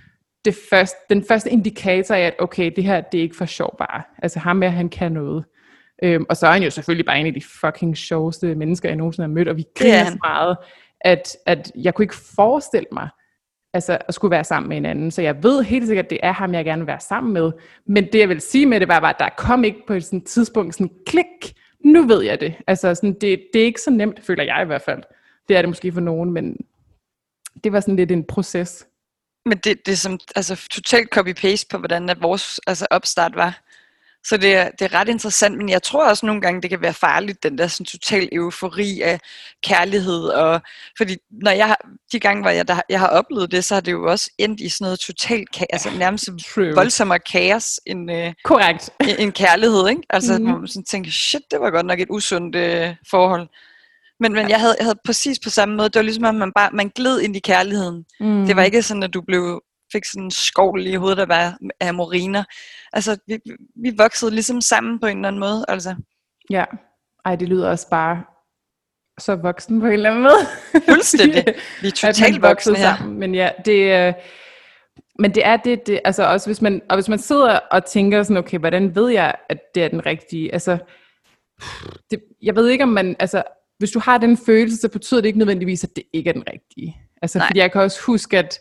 den første indikator af, at okay, det her, det er ikke for sjov bare. Altså ham her, han kan noget. Og så er han jo selvfølgelig bare en af de fucking sjoveste mennesker, jeg nogensinde har mødt, og vi griner så meget, at jeg kunne ikke forestille mig, altså at skulle være sammen med en anden. Så jeg ved helt sikkert, at det er ham, jeg gerne vil være sammen med. Men det, jeg vil sige med det, var bare, at der kom ikke på et sådan tidspunkt sådan klik, nu ved jeg det. Altså sådan, det er ikke så nemt, føler jeg i hvert fald. Det er det måske for nogen, men det var sådan lidt en proces. Men det er som altså totalt copy-paste på, hvordan at vores opstart var. Så det er ret interessant, men jeg tror også nogle gange, det kan være farligt, den der sådan total eufori af kærlighed. Og, fordi når de gange, hvor jeg har oplevet det, så har det jo også endt i sådan noget totalt altså nærmest voldsommere kaos end, korrekt. En kærlighed, ikke? Altså hvor man sådan tænker, shit, det var godt nok et usundt forhold. Men jeg havde præcis på samme måde, det var ligesom, at man gled ind i kærligheden. Det var ikke sådan, at du fik sådan en skovl i hovedet, der var af moriner. Altså, vi voksede ligesom sammen på en eller anden måde, altså. Ja, det lyder også bare så voksen på en eller anden måde. Fuldstændig. Vi er totalt voksne her. Sammen. Men ja, men det er det, altså også hvis man sidder og tænker sådan, okay, hvordan ved jeg, at det er den rigtige, altså, jeg ved ikke om man, altså, hvis du har den følelse, så betyder det ikke nødvendigvis, at det ikke er den rigtige. Altså, fordi jeg kan også huske, at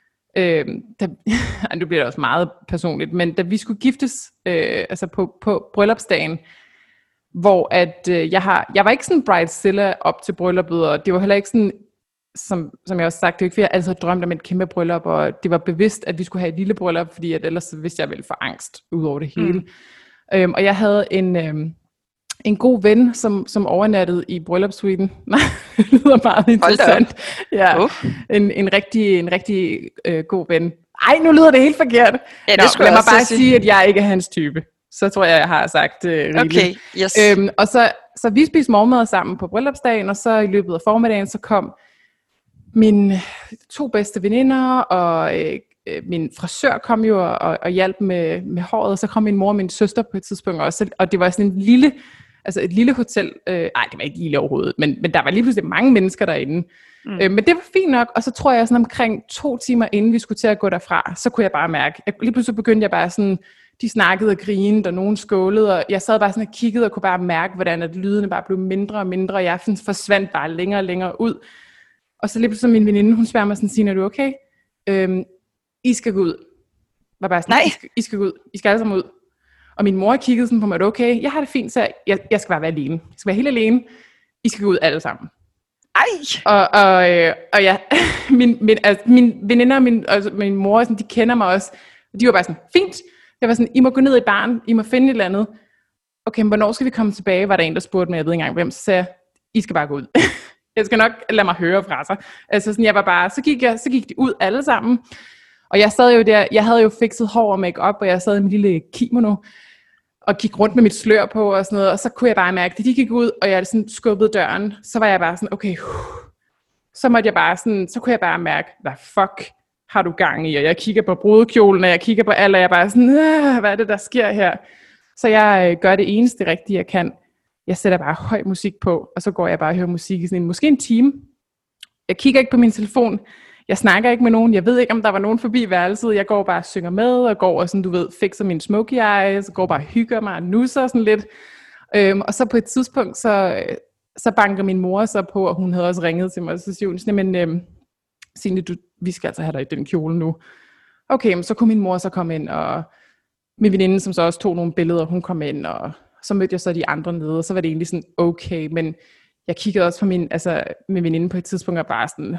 nu bliver det også meget personligt, men da vi skulle giftes, altså på bryllupsdagen, hvor at jeg var ikke sådan bridezilla op til brylluppet, og det var heller ikke sådan, som jeg også sagt, det er ikke fordi jeg altid har drømt om et kæmpe bryllup, og det var bevidst, at vi skulle have et lille bryllup, fordi at ellers vidste jeg vel for angst ud over det hele. Og jeg havde en god ven, som overnattede i bryllupssuiten. Nej, det lyder meget interessant. Ja, en rigtig god ven. Ej, nu lyder det helt forkert. Ja, det skulle lad mig bare sige, at jeg ikke er hans type. Så tror jeg har sagt rigeligt. Okay, yes. Og så vi spiste morgenmad sammen på bryllupsdagen, og så i løbet af formiddagen, så kom mine 2 bedste veninder, og min frisør kom jo og hjalp med håret, og så kom min mor og min søster på et tidspunkt også, og det var sådan et lille hotel, det var ikke lille overhovedet, men der var lige pludselig mange mennesker derinde, men det var fint nok, og så tror jeg sådan omkring 2 timer inden vi skulle til at gå derfra, så kunne jeg bare mærke, lige pludselig begyndte jeg bare sådan, de snakkede og grinede, og nogen skålede, og jeg sad bare sådan og kiggede og kunne bare mærke, hvordan at lydene bare blev mindre og mindre, og jeg forsvandt bare længere og længere ud. Og så lige pludselig min veninde, hun spørger mig sådan, siger, er du okay? I skal gå ud. Var bare sådan, I skal gå ud. I skal alle sammen ud. Og min mor kiggede sådan på mig, er du okay? Jeg har det fint, så jeg skal bare være alene. Jeg skal være helt alene. I skal gå ud alle sammen. Og ja, min veninder og min mor, sådan, de kender mig også. De var bare sådan, fint. Jeg var sådan, I må gå ned i baren. I må finde et eller andet. Okay, men hvornår skal vi komme tilbage? Var der en, der spurgte mig, jeg ved ikke engang hvem. Så sagde jeg, I skal bare gå ud. Jeg skal nok lade mig høre fra sig. Altså sådan, jeg var bare, så gik de ud alle sammen. Og jeg sad jo der, jeg havde jo fikset hår og make-up, og jeg sad i min lille kimono, og gik rundt med mit slør på og sådan noget, og så kunne jeg bare mærke, at de gik ud, og jeg sådan skubbede døren, så var jeg bare sådan, okay, så måtte jeg bare sådan, så kunne jeg bare mærke, hvad fuck har du gang i, og jeg kigger på brudekjolen, og jeg kigger på alt, og jeg bare sådan, hvad er det, der sker her? Så jeg gør det eneste rigtige, jeg kan. Jeg sætter bare høj musik på, og så går jeg bare og hører musik i sådan måske en time. Jeg kigger ikke på min telefon, jeg snakker ikke med nogen, jeg ved ikke, om der var nogen forbi værelset, jeg går bare og synger med, og går og sådan, du ved, fikser min smokey eyes, og går bare og hygger mig og nusser sådan lidt. Og så på et tidspunkt, så banker min mor så på, og hun havde også ringet til mig, og så siger hun sådan, men Signe, vi skal altså have dig i den kjole nu. Okay, men så kunne min mor så komme ind, og min veninde, som så også tog nogle billeder, hun kom ind, og så mødte jeg så de andre nede, og så var det egentlig sådan, okay, men jeg kiggede også på min veninde på et tidspunkt, og bare sådan,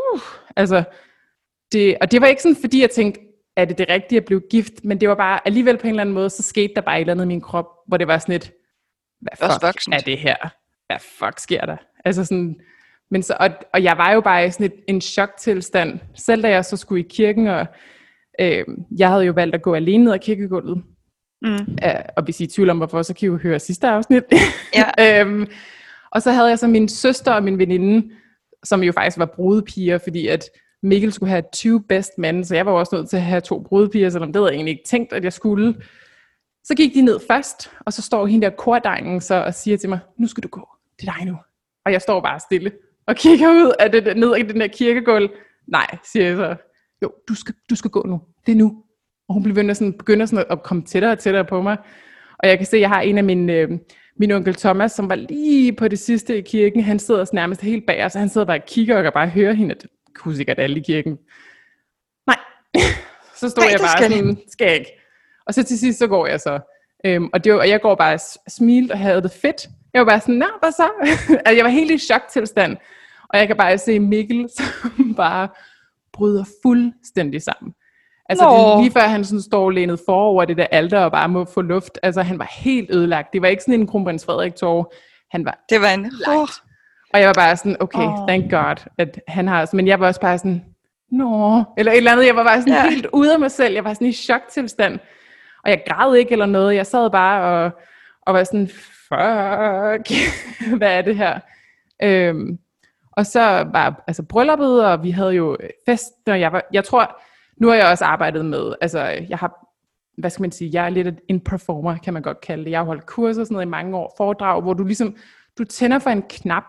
og det var ikke sådan, fordi jeg tænkte, er det rigtige at blive gift, men det var bare, alligevel på en eller anden måde, så skete der bare et eller andet i min krop, hvor det var sådan et, hvad fuck er det her? Hvad fuck sker der? Altså sådan, men så, og jeg var jo bare i sådan en choktilstand, selv da jeg så skulle i kirken, og jeg havde jo valgt at gå alene ned ad kirkegulvet, og hvis I er i tvivl om hvorfor, så kan I jo høre sidste afsnit. Ja. Og så havde jeg så min søster og min veninde, som jo faktisk var brudepiger, fordi at Mikkel skulle have 20 best men, så jeg var også nødt til at have 2 brudepiger, selvom det havde jeg egentlig ikke tænkt, at jeg skulle. Så gik de ned først, og så står hende der kordegnen så og siger til mig, nu skal du gå, det er dig nu. Og jeg står bare stille og kigger ud af det, ned i den der kirkegulv. Nej, siger jeg så. Jo, du skal gå nu. Det er nu. Og hun begynder sådan at komme tættere og tættere på mig. Og jeg kan se, at jeg har en af min onkel Thomas, som var lige på det sidste i kirken. Han sidder nærmest helt bag os, så han sidder bare og kigger og kan bare høre hende. Det kunne sikkert alle i kirken. Nej, så stod jeg bare sådan, skal jeg ikke. Og så til sidst, så går jeg så. Og jeg går bare smilt og havde det fedt. Jeg var bare sådan, nå, hvad så? Altså, jeg var helt i choktilstand. Og jeg kan bare se Mikkel, som bare bryder fuldstændig sammen. Altså det er lige før han sådan står lænet forover det der alter og bare må få luft. Altså han var helt ødelagt. Det var ikke sådan en Kronprins Frederik tårer. Det var en lagt. Og jeg var bare sådan, okay, thank God, at han har. Men jeg var også bare sådan, eller et eller andet. Jeg var bare sådan helt ude af mig selv. Jeg var sådan i choktilstand. Og jeg græd ikke eller noget. Jeg sad bare og var sådan, fuck, hvad er det her? Og så var altså brylluppet, og vi havde jo fest, og jeg tror, nu har jeg også arbejdet med, altså jeg har, hvad skal man sige, jeg er lidt en performer, kan man godt kalde det. Jeg har holdt kurser og sådan noget i mange år, foredrag, hvor du ligesom, du tænder for en knap,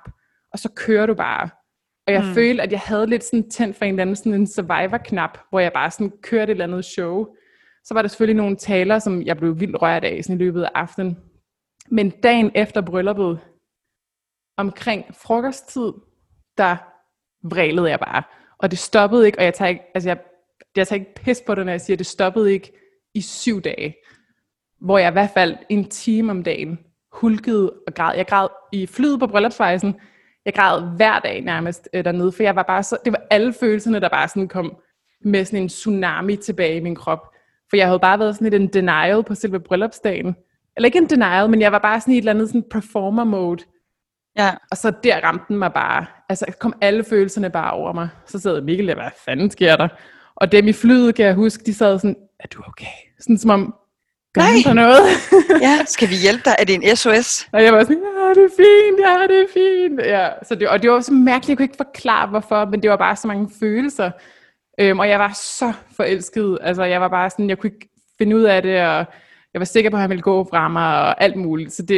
og så kører du bare. Og jeg følte, at jeg havde lidt sådan tændt for en eller anden sådan en survivor-knap, hvor jeg bare sådan kørte et eller andet show. Så var der selvfølgelig nogle taler, som jeg blev vildt rørt af sådan i løbet af aftenen. Men dagen efter brylluppet, omkring frokosttid, der vrælede jeg bare. Og det stoppede ikke, og jeg tager ikke pis på det, når jeg siger, at det stoppede ikke i 7 dage. Hvor jeg i hvert fald en time om dagen hulkede og græd. Jeg græd i flyet på bryllupsrejsen. Jeg græd hver dag nærmest dernede, for jeg var bare så, det var alle følelserne, der bare sådan kom med sådan en tsunami tilbage i min krop. For jeg havde bare været sådan lidt en denial på selve bryllupsdagen. Eller ikke en denial, men jeg var bare sådan i et eller andet sådan performer mode. Ja. Og så der ramte den mig bare. Altså kom alle følelserne bare over mig. Så sad Mikkel, hvad fanden sker der? Og dem i flyet, kan jeg huske, de sad sådan, er du okay? Sådan som om, gør der noget? Ja, skal vi hjælpe dig? Er det en SOS? Og jeg var sådan, ja, det er fint. Ja, så det var så mærkeligt, jeg kunne ikke forklare hvorfor, men det var bare så mange følelser. Og jeg var så forelsket. Altså jeg var bare sådan, jeg kunne ikke finde ud af det, og jeg var sikker på, at han ville gå fra mig, og alt muligt. Så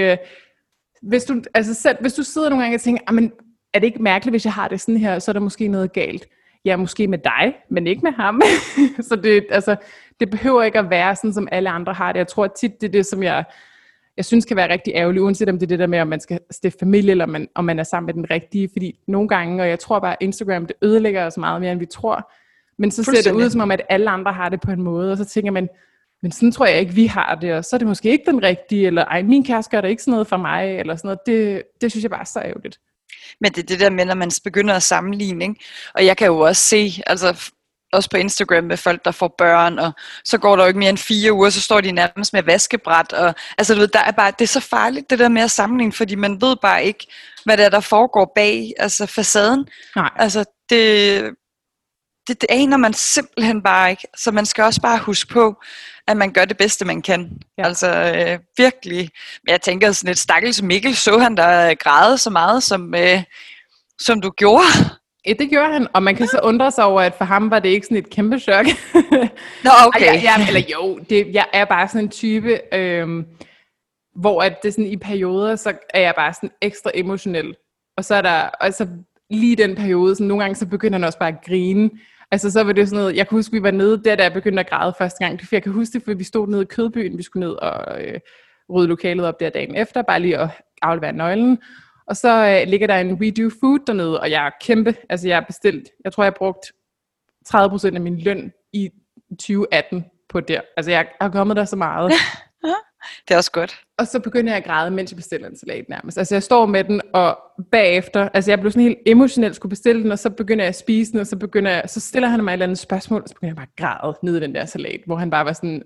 hvis du sidder nogle gange og tænker, men er det ikke mærkeligt, hvis jeg har det sådan her, så er der måske noget galt. Ja, måske med dig, men ikke med ham. Så det behøver ikke at være sådan, som alle andre har det. Jeg tror tit, det er det, som jeg synes kan være rigtig ærgerligt, uanset om det er det der med, om man skal stifte familie, eller om man er sammen med den rigtige. Fordi nogle gange, og jeg tror bare, Instagram, det ødelægger os meget mere, end vi tror. Men så ser det ud som om, at alle andre har det på en måde, og så tænker man, men sådan tror jeg ikke, vi har det, og så er det måske ikke den rigtige, eller ej, min kæreste gør det ikke sådan noget for mig, eller sådan noget. Det synes jeg bare er så ærgerligt. Men det er det der med, når man begynder at sammenligne, ikke? Og jeg kan jo også se, altså også på Instagram med folk, der får børn, og så går der jo ikke mere end 4 uger, så står de nærmest med vaskebræt, og altså du ved, det er så farligt det der med at sammenligne, fordi man ved bare ikke, hvad det er, der foregår bag, altså facaden. Nej. Altså det aner man simpelthen bare ikke, så man skal også bare huske på, at man gør det bedste, man kan. Ja. Altså virkelig. Men jeg tænker sådan et stakkels Mikkel, så han der græde så meget, som du gjorde. Ja, det gjorde han, og man kan så undre sig over, at for ham var det ikke sådan et kæmpe chok. Nå, okay. Jeg er bare sådan en type, hvor at det sådan i perioder, så er jeg bare sådan ekstra emotionel. Og så er der, altså lige den periode, sådan nogle gange, så begynder han også bare at grine. Altså så var det sådan noget, jeg kan huske, vi var nede der, da jeg begyndte at græde første gang. For jeg kan huske det, for vi stod nede i Kødbyen, vi skulle ned og rydde lokalet op der dagen efter, bare lige at aflevere nøglen. Og så ligger der en We Do Food dernede, og jeg er kæmpe, altså jeg har bestilt, jeg tror jeg har brugt 30% af min løn i 2018 på der. Altså jeg har kommet der så meget. Det er også godt. Og så begynder jeg at græde, mens jeg bestiller en salat nærmest. Altså jeg står med den, og bagefter, altså jeg blev sådan helt emotionelt skulle bestille den, og så begynder jeg at spise den, og så stiller han mig et eller andet spørgsmål, og så begynder jeg bare at græde ned i den der salat, hvor han bare var sådan,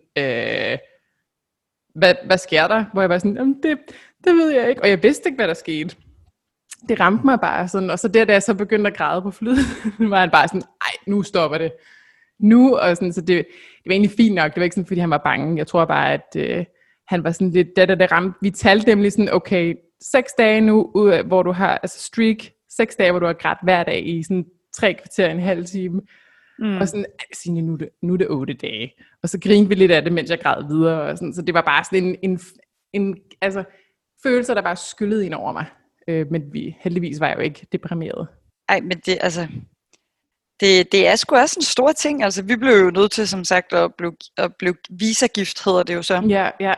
hvad sker der? Hvor jeg var sådan, det ved jeg ikke, og jeg vidste ikke, hvad der skete. Det ramte mig bare sådan, og så da jeg så begyndte at græde på flyet, var han bare sådan, ej, nu stopper det. Nu, og sådan, så det var egentlig fint nok, det var ikke sådan, fordi han var bange. Jeg tror bare, at han var sådan lidt, da det ramte, vi talte nemlig sådan, okay, 6 dage nu, hvor du har, altså streak, 6 dage, hvor du har grædt hver dag i sådan 3 kvarter, en halv time. Og sådan, Signe, nu er det 8 dage. Og så grinede vi lidt af det, mens jeg græd videre. Og sådan, så det var bare sådan en altså, følelser, der bare skyllede ind over mig. Men heldigvis var jeg jo ikke deprimeret. Ej, men det, altså, det er sgu også en stor ting. Altså, vi blev jo nødt til, som sagt, at blive visagift, hedder det jo så. Ja.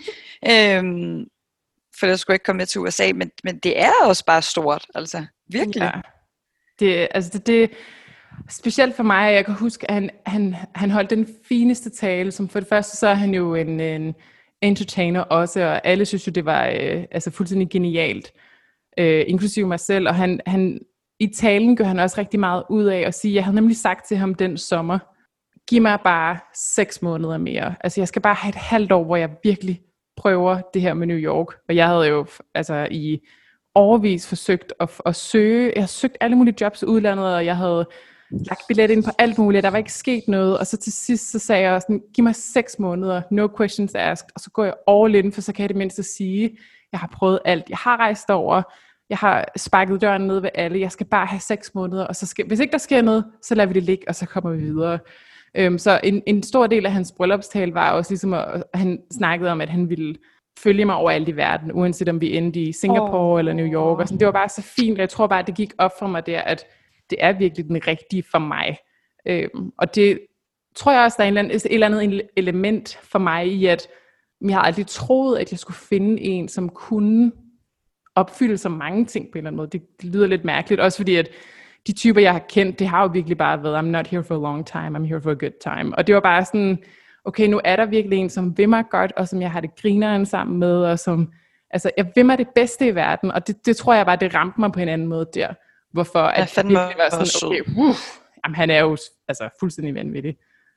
For jeg skulle ikke komme med til USA, men det er også bare stort, altså, virkelig. Ja. Det specielt for mig, jeg kan huske, at han holdt den fineste tale, som for det første, så er han jo en entertainer også, og alle synes jo, det var altså fuldstændig genialt, inklusive mig selv, og han i talen gør han også rigtig meget ud af at sige, jeg havde nemlig sagt til ham den sommer, giv mig bare 6 måneder mere, altså jeg skal bare have et halvt år, hvor jeg virkelig prøver det her med New York, og jeg havde jo altså i årevis forsøgt at søge, jeg har søgt alle mulige jobs i udlandet, og jeg havde lagt billet ind på alt muligt, der var ikke sket noget, og så til sidst, så sagde jeg sådan, giv mig 6 måneder, no questions asked, og så går jeg all in, for så kan jeg det mindste sige, jeg har prøvet alt, jeg har rejst over, jeg har sparket døren ned ved alle, jeg skal bare have 6 måneder, og så hvis ikke der sker noget, så lader vi det ligge, og så kommer vi videre. Så en stor del af hans bryllupstale var også ligesom, at han snakkede om, at han ville følge mig overalt i verden, uanset om vi endte i Singapore eller New York. Og sådan. Det var bare så fint, og jeg tror bare, at det gik op for mig der, at det er virkelig den rigtige for mig. Og det tror jeg også, der er et eller andet element for mig i, at jeg har aldrig troet, at jeg skulle finde en, som kunne opfylde så mange ting på en eller anden måde. Det lyder lidt mærkeligt, også fordi at de typer, jeg har kendt, det har jo virkelig bare været, I'm not here for a long time, I'm here for a good time. Og det var bare sådan, okay, nu er der virkelig en, som vil mig godt, og som jeg har det grineren sammen med, og som, altså, jeg vil mig det bedste i verden, og det tror jeg bare, det ramte mig på en anden måde der. Hvorfor at det virkelig var sådan, okay, jamen, han er jo altså, fuldstændig vanvittig.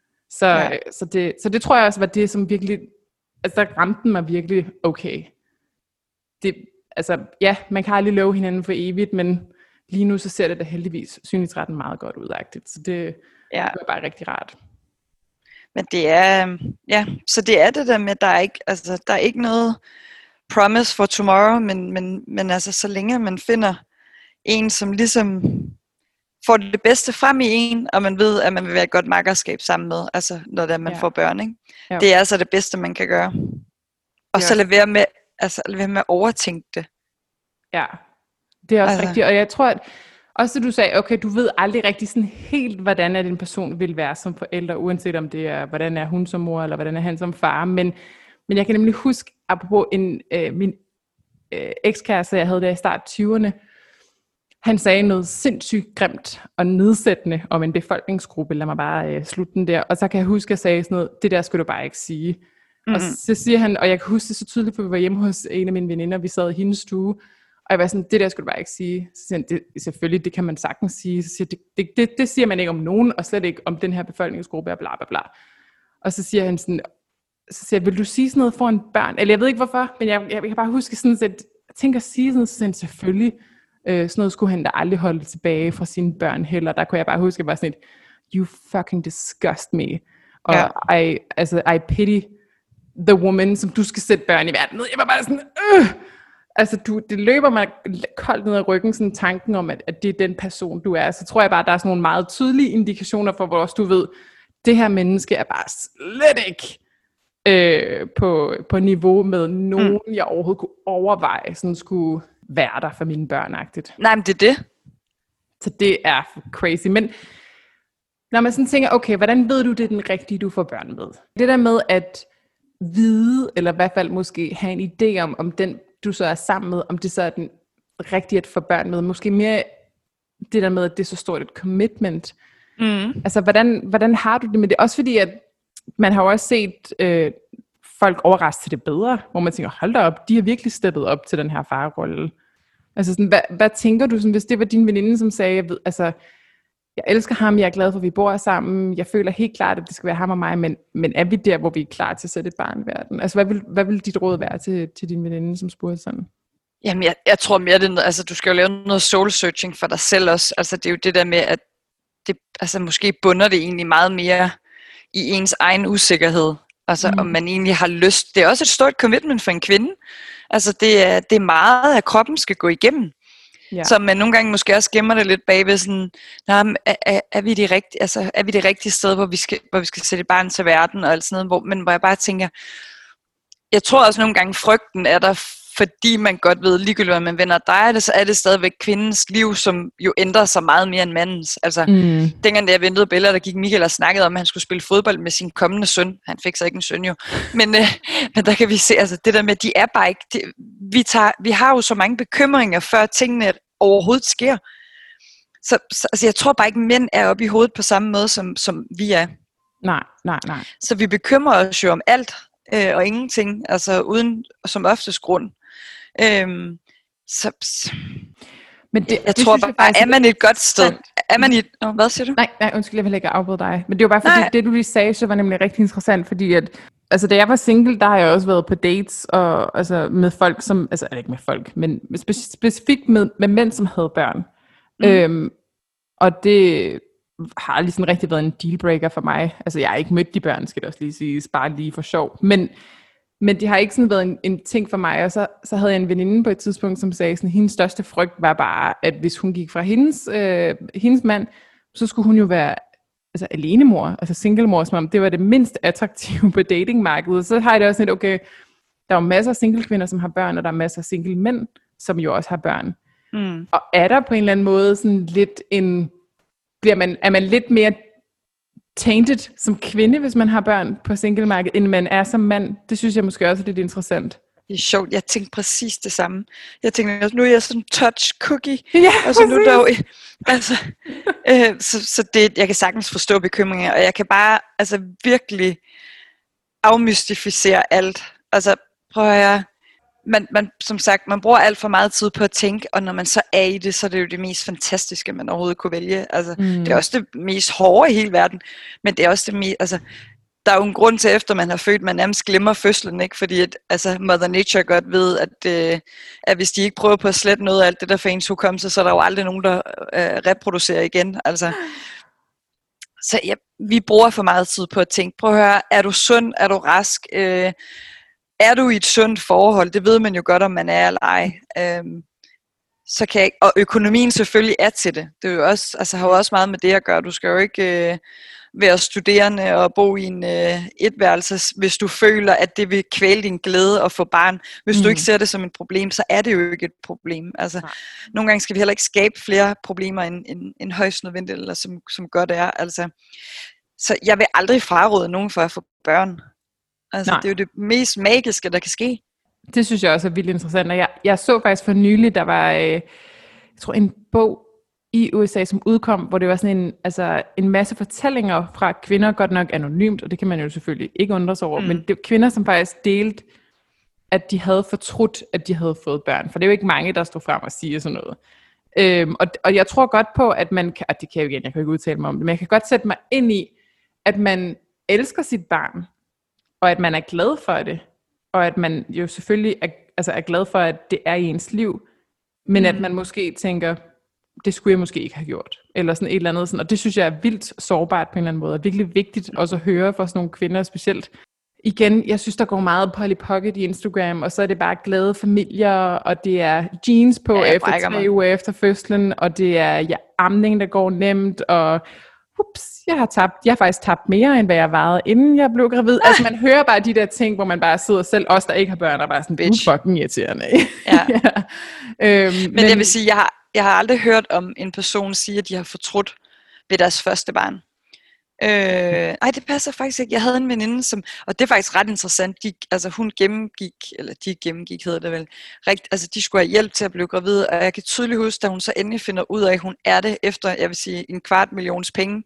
Så det tror jeg også var det, som virkelig, altså der ramte mig virkelig, okay. Det, altså, ja, man kan aldrig love hinanden for evigt, men lige nu så ser det da heldigvis synlighedsretten meget godt udagtigt, så det er bare rigtig rart. Men det er, så det er det der med, der er ikke noget promise for tomorrow, men altså så længe man finder en, som ligesom får det bedste frem i en, og man ved, at man vil være et godt makkerskab sammen med, altså når det er, man får børn, ikke? Ja. Det er altså det bedste, man kan gøre. Og så lad være med at overtænke det. Ja, det er også rigtigt, og jeg tror, at også du sagde, okay, du ved aldrig rigtig sådan helt, hvordan er den person vil være som forælder, uanset om det er, hvordan er hun som mor, eller hvordan er han som far, men jeg kan nemlig huske, apropos min ekskæreste, jeg havde der i start 20'erne, han sagde noget sindssygt grimt og nedsættende om en befolkningsgruppe, lad mig bare slutte den der, og så kan jeg huske, at jeg sagde sådan noget, det der skulle du bare ikke sige. Mm-hmm. Og så siger han, og jeg kan huske det så tydeligt, for vi var hjemme hos en af mine veninder, vi sad i hendes stue, og jeg var sådan, det der skulle du bare ikke sige. Så siger han, selvfølgelig, det kan man sagtens sige. Så siger det siger man ikke om nogen, og slet ikke om den her befolkningsgruppe, og bla bla bla. Og så siger han sådan, vil du sige sådan noget foran børn? Eller jeg ved ikke hvorfor, men jeg kan bare huske sådan, at jeg tænker at sige sådan noget, så siger han, selvfølgelig. Sådan noget skulle han da aldrig holde tilbage fra sine børn heller. Der kunne jeg bare huske, at jeg var sådan et, you fucking disgust me. Og I pity the woman, som du skal sætte børn i verden. Jeg var bare sådan, altså det løber mig koldt ned ad ryggen, sådan tanken om, at det er den person, du er. Så tror jeg bare, at der er sådan nogle meget tydelige indikationer for, hvor du ved, det her menneske er bare slet ikke på niveau med nogen, jeg overhovedet kunne overveje, sådan skulle være der for mine børn-agtigt. Nej, men det er det. Så det er crazy. Men når man sådan tænker, okay, hvordan ved du, det er den rigtige, du får børn med? Det der med at vide, eller i hvert fald måske have en idé om den, du så er sammen med, om det så er den rigtige at få børn med. Måske mere det der med, at det er så stort et commitment. Altså, hvordan har du det med det? Også fordi, at man har jo også set folk overraske til det bedre, hvor man tænker, hold da op, de har virkelig steppet op til den her farrolle. Altså, sådan, hvad tænker du, sådan, hvis det var din veninde, som sagde, jeg elsker ham, jeg er glad for, at vi bor sammen, jeg føler helt klart, at det skal være ham og mig, men er vi der, hvor vi er klar til at sætte et barn i verden? Altså, hvad vil dit råd være til din veninde, som spurgte sådan? Jamen, jeg tror mere, du skal jo lave noget soul searching for dig selv også. Altså, det er jo det der med, at det, altså, måske bunder det egentlig meget mere i ens egen usikkerhed. Altså, om man egentlig har lyst. Det er også et stort commitment for en kvinde. Altså, det er meget, at kroppen skal gå igennem. Ja. Så man nogle gange måske også gemmer det lidt bagved sådan, er vi det rigtige sted, hvor vi skal sætte et barn til verden og alt sådan noget, hvor jeg bare tænker, jeg tror også nogle gange frygten er der, fordi man godt ved, ligegyldigt hvad man vender dig det, så er det stadigvæk kvindens liv, som jo ændrer sig meget mere end mandens. Altså, dengang da jeg ventede billeder, der gik Michael og snakkede om, at han skulle spille fodbold med sin kommende søn. Han fik så ikke en søn jo. Men der kan vi se, altså det der med, de er bare ikke, vi har jo så mange bekymringer, før tingene overhovedet sker. Så altså, jeg tror bare ikke, mænd er oppe i hovedet på samme måde, som vi er. Nej. Så vi bekymrer os jo om alt og ingenting, altså uden som oftest grund. Men jeg tror bare, er man et godt sted? Er man et, hvad siger du? Nej, undskyld, jeg vil ikke afbryde dig. Men det var bare fordi, det du lige sagde, så var nemlig rigtig interessant, fordi at, altså da jeg var single, der har jeg også været på dates, og altså med folk som, altså ikke med folk, men specifikt med mænd, som havde børn. Og det har aldrig sådan rigtig været en dealbreaker for mig. Altså jeg har ikke mødt de børn, skal det også lige sige, bare lige for sjov. Men det har ikke sådan været en ting for mig, og så havde jeg en veninde på et tidspunkt, som sagde, sådan, hendes største frygt var bare, at hvis hun gik fra hendes mand, så skulle hun jo være altså alenemor, altså singlemor, som om det var det mindst attraktive på datingmarkedet. Så har jeg det også lidt, okay, Der er jo masser af single kvinder, som har børn, og der er masser af single mænd, som jo også har børn. Og er der på en eller anden måde sådan lidt er man lidt mere tainted som kvinde, hvis man har børn på singlemarkedet, end man er som mand? Det synes jeg måske også er lidt interessant. Det er sjovt, jeg tænkte præcis det samme. Jeg tænkte, nu er jeg sådan en touch cookie, Ja, og så nu dog, altså, så det, jeg kan sagtens forstå bekymringer, og jeg kan bare virkelig afmystificere alt. Altså, prøv at høre, man, som sagt, man bruger alt for meget tid på at tænke, og når man så er i det, så er det jo det mest fantastiske, man overhovedet kunne vælge. Altså, det er også det mest hårde i hele verden, men det er også det mest, der er jo en grund til, efter man har født, man nærmest glemmer fødslen, ikke? Fordi Mother Nature godt ved, at hvis de ikke prøver på at slette noget af alt det der for ens hukommelse, så er der jo aldrig nogen, der reproducerer igen. Altså, så ja, vi bruger for meget tid på at tænke, prøv at høre, er du sund, er du rask, er du i et sundt forhold, det ved man jo godt, om man er eller ej. Så kan jeg, og økonomien selvfølgelig er til det. Det er jo også, har jo også meget med det at gøre. Du skal jo ikke være studerende og bo i en etværelse, hvis du føler, at det vil kvæle din glæde at få barn. Hvis du ikke ser det som et problem, så er det jo ikke et problem. Altså, nogle gange skal vi heller ikke skabe flere problemer end højst nødvendigt, eller som godt er. Altså, så jeg vil aldrig fraråde nogen for at få børn. Altså, det er jo det mest magiske, der kan ske. Det synes jeg også er vildt interessant. Og jeg så faktisk for nylig, der var jeg tror en bog i USA, som udkom, hvor det var sådan en masse fortællinger fra kvinder, godt nok anonymt, og det kan man jo selvfølgelig ikke undre sig over, men det var kvinder, som faktisk delte, at de havde fortrudt, at de havde fået børn. For det er jo ikke mange, der stod frem og siger sådan noget. Og jeg tror godt på, at man kan, og det kan jeg jo igen, jeg kan ikke udtale mig om det, men jeg kan godt sætte mig ind i, at man elsker sit barn, og at man er glad for det, og at man jo selvfølgelig er glad for, at det er i ens liv, men at man måske tænker, det skulle jeg måske ikke have gjort, eller sådan et eller andet. Sådan. Og det synes jeg er vildt sårbart på en eller anden måde, og virkelig vigtigt også at høre fra sådan nogle kvinder specielt. Igen, jeg synes, der går meget Polly Pocket i Instagram, og så er det bare glade familier, og det er jeans på efter 3 uger efter fødslen, og det er amning, der går nemt, og jeg har faktisk tabt mere, end hvad jeg vejede, inden jeg blev gravid. Altså man hører bare de der ting, hvor man bare sidder selv, os der ikke har børn, og bare sådan, fucking irriterende. Ja. Men jeg vil sige, jeg har aldrig hørt om en person sige, at de har fortrudt ved deres første barn. Det passer faktisk ikke. Jeg havde en veninde, og det er faktisk ret interessant, hun gennemgik, hedder det vel, de skulle have hjælp til at blive gravid, og jeg kan tydeligt huske, da hun så endelig finder ud af, at hun er det, efter, jeg vil sige, 250.000 penge,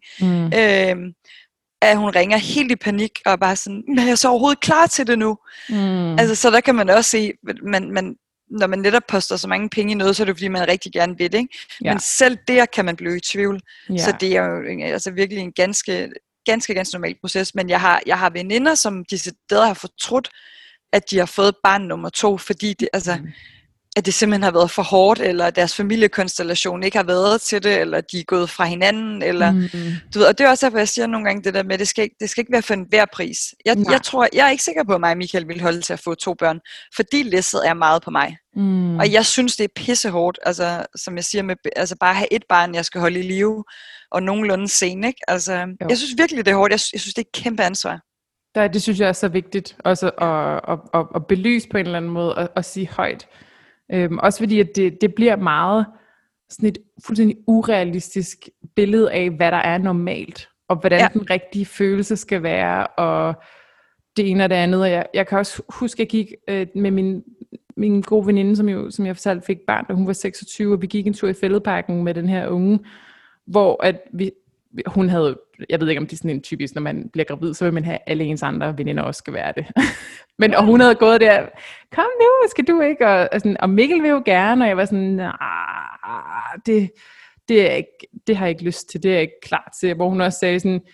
at hun ringer helt i panik, og bare sådan, men er jeg så overhovedet klar til det nu? Så der kan man også se, når man netop poster så mange penge i noget, så er det fordi, man rigtig gerne vil det, ikke? Ja. Men selv der kan man blive i tvivl. Ja. Så det er jo virkelig en ganske normal proces. Men jeg har veninder, som decideret har fortrudt, at de har fået barn nummer 2, fordi det, at det simpelthen har været for hårdt, eller deres familiekonstellation ikke har været til det, eller de er gået fra hinanden, eller du ved, og det er også derfor, jeg siger nogle gange det der med, det skal ikke være for enhver pris. Jeg er ikke sikker på, at mig og Michael vil holde til at få 2 børn, fordi læsset er meget på mig. Og jeg synes, det er pissehårdt, som jeg siger, med bare have et barn, jeg skal holde i live, og nogenlunde sen, ikke? Jeg synes virkelig, det er hårdt. Jeg synes, det er et kæmpe ansvar. Det synes jeg er så vigtigt, også at belyse på en eller anden måde, og sige højt. Også fordi, at det bliver meget sådan et fuldstændig urealistisk billede af, hvad der er normalt, og hvordan den rigtige følelse skal være, og det ene og det andet. Og jeg kan også huske, at jeg gik med min gode veninde, som jeg fortalte fik barn, da hun var 26, og vi gik en tur i Fælledparken med den her unge, hvor at hun havde, jeg ved ikke om det er sådan en typisk, når man bliver gravid, så vil man have alle ens andre veninder også skal være det. Og hun havde gået der, kom nu, skal du ikke? Og Mikkel vil jo gerne, og jeg var sådan, det har jeg ikke lyst til, det er jeg ikke klar til. Hvor hun også sagde sådan,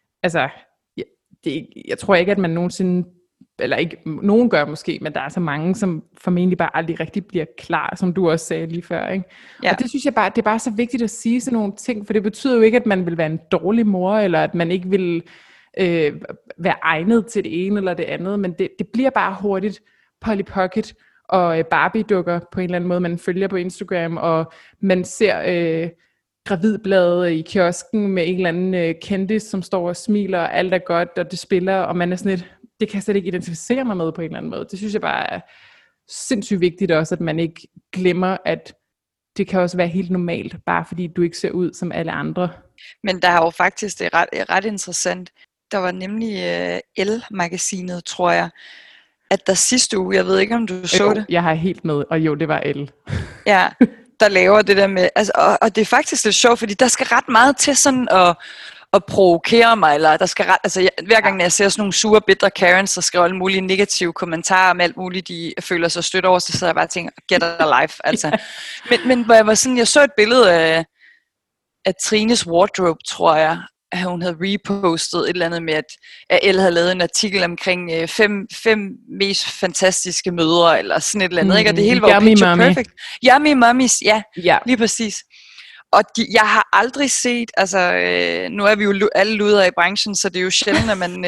jeg tror ikke, at man nogensinde, eller ikke, nogen gør måske, men der er så mange, som formentlig bare aldrig rigtig bliver klar, som du også sagde lige før, ikke? Ja. Og det synes jeg bare, det er bare så vigtigt at sige sådan nogle ting, for det betyder jo ikke, at man vil være en dårlig mor, eller at man ikke vil være egnet til det ene eller det andet, men det bliver bare hurtigt Polly Pocket og Barbie-dukker på en eller anden måde, man følger på Instagram, og man ser gravidbladet i kiosken med en eller anden kendis, som står og smiler, og alt er godt, og det spiller, og man er sådan lidt, det kan jeg slet ikke identificere mig med på en eller anden måde. Det synes jeg bare er sindssygt vigtigt også, at man ikke glemmer, at det kan også være helt normalt, bare fordi du ikke ser ud som alle andre. Men der er jo faktisk, det er ret interessant, der var nemlig Elle-magasinet, tror jeg, at der sidste uge, jeg ved ikke om du så det. Jeg har helt med, og jo, det var Elle. Ja, der laver det der med, altså, og det er faktisk lidt sjovt, fordi der skal ret meget til sådan at provokere mig, eller der skal hver gang jeg ser sådan nogle sure, bitre Karens, så skriver alle mulige negative kommentarer om alt muligt, de føler sig stødt over, så sidder jeg bare og tænker, get a life, altså. Men hvor jeg var sådan, jeg så et billede af Trines wardrobe, tror jeg, at hun havde repostet et eller andet med, at Elle havde lavet en artikel omkring fem mest fantastiske mødre, eller sådan et eller andet, ikke? Og det hele var picture perfect. Yummy mummies, ja, lige præcis. Og jeg har aldrig set, altså nu er vi jo alle luder i branchen, så det er jo sjældent, at man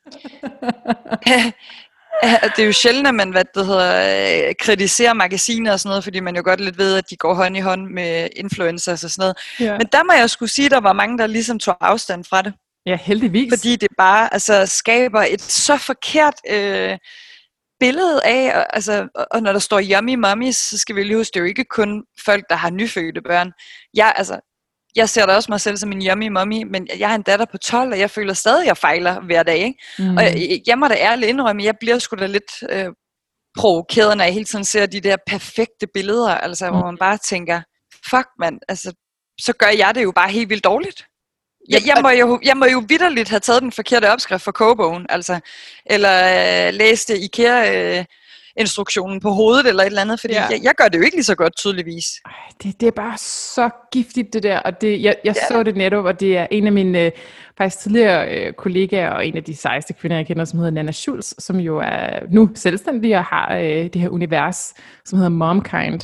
det er jo sjældent, at man kritiserer magasiner og sådan noget, fordi man jo godt lidt ved, at de går hånd i hånd med influencers og sådan noget. Ja. Men der må jeg skulle sige, at der var mange, der ligesom tog afstand fra det. Ja, heldigvis. Fordi det bare skaber et så forkert billede af, og når der står yummy mummies, så skal vi lige huske, det er jo ikke kun folk, der har nyfødte børn. Jeg ser da også mig selv som en yummy mommy, men jeg har en datter på 12, og jeg føler stadig, at jeg fejler hver dag, ikke? Og jeg må da ærligt indrømme, jeg bliver sgu da lidt provokeret, når jeg hele tiden ser de der perfekte billeder, hvor man bare tænker, fuck mand, så gør jeg det jo bare helt vildt dårligt. Jeg må jo vitterligt have taget den forkerte opskrift for kogebogen, eller læste IKEA-instruktionen på hovedet eller et eller andet, fordi jeg gør det jo ikke lige så godt tydeligvis. Det er bare så giftigt det der, og jeg så det netop, og det er en af mine faktisk tidligere kollegaer, og en af de sejeste kvinder, jeg kender, som hedder Nana Schultz, som jo er nu selvstændig og har det her univers, som hedder Momkind,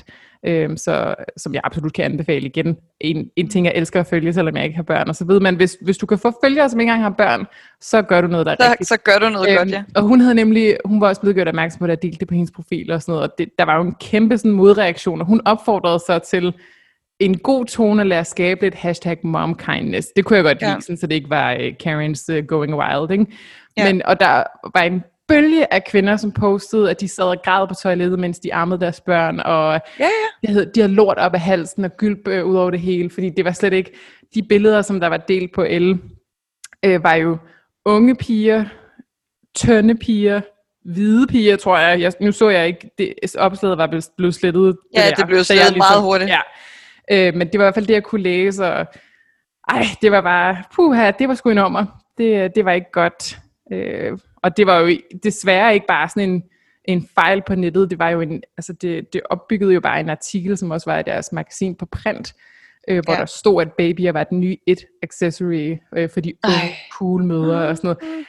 som jeg absolut kan anbefale igen. En ting, jeg elsker at følge, selvom jeg ikke har børn. Og så ved man, hvis du kan få følgere, som ikke engang har børn, så gør du noget, der er rigtigt. Så gør du noget godt, ja. Og hun var også blevet gjort opmærksom på, at jeg delte det på hendes profil og sådan noget. Og der var jo en kæmpe sådan modreaktion, og hun opfordrede sig til en god tone at lade skabe lidt #momkindness. Det kunne jeg godt lide, sådan, så det ikke var Karens going wild, ikke? Ja. Og der var en bølge af kvinder, som postede, at de sad og græd på toilettet, mens de ammede deres børn, og de havde lort op af halsen og gylp ud over det hele, fordi det var slet ikke de billeder, som der var delt på Elle, var jo unge piger, tynde piger, hvide piger, tror jeg. Nu så jeg ikke, det opslaget var blevet slettet. Ja, det blev slettet meget hurtigt. Ja. Men det var i hvert fald det, jeg kunne læse, og det var bare, det var sgu en ommer. Det var ikke godt. Og det var jo desværre ikke bare sådan en fejl på nettet, det var jo det opbyggede jo bare en artikel, som også var i deres magasin på print, hvor der stod, at babyer var den nye accessory for de unge cool mødre og sådan noget.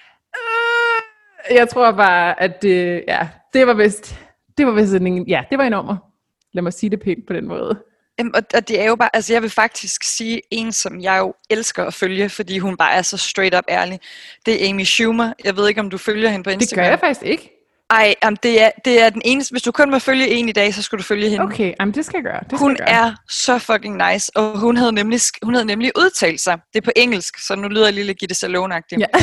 Jeg tror bare, at det var vist det var en ommer. Lad mig sige det pænt på den måde. Og det er jo bare, jeg vil faktisk sige en, som jeg jo elsker at følge, fordi hun bare er så straight up ærlig. Det er Amy Schumer. Jeg ved ikke, om du følger hende på Instagram. Det gør jeg faktisk ikke. Det er den eneste. Hvis du kun må følge en i dag, så skal du følge hende. Okay, det skal jeg gøre. Hun er så fucking nice, og hun havde nemlig udtalt sig. Det er på engelsk, så nu lyder jeg lille Gitte Salone-agtig. Ja.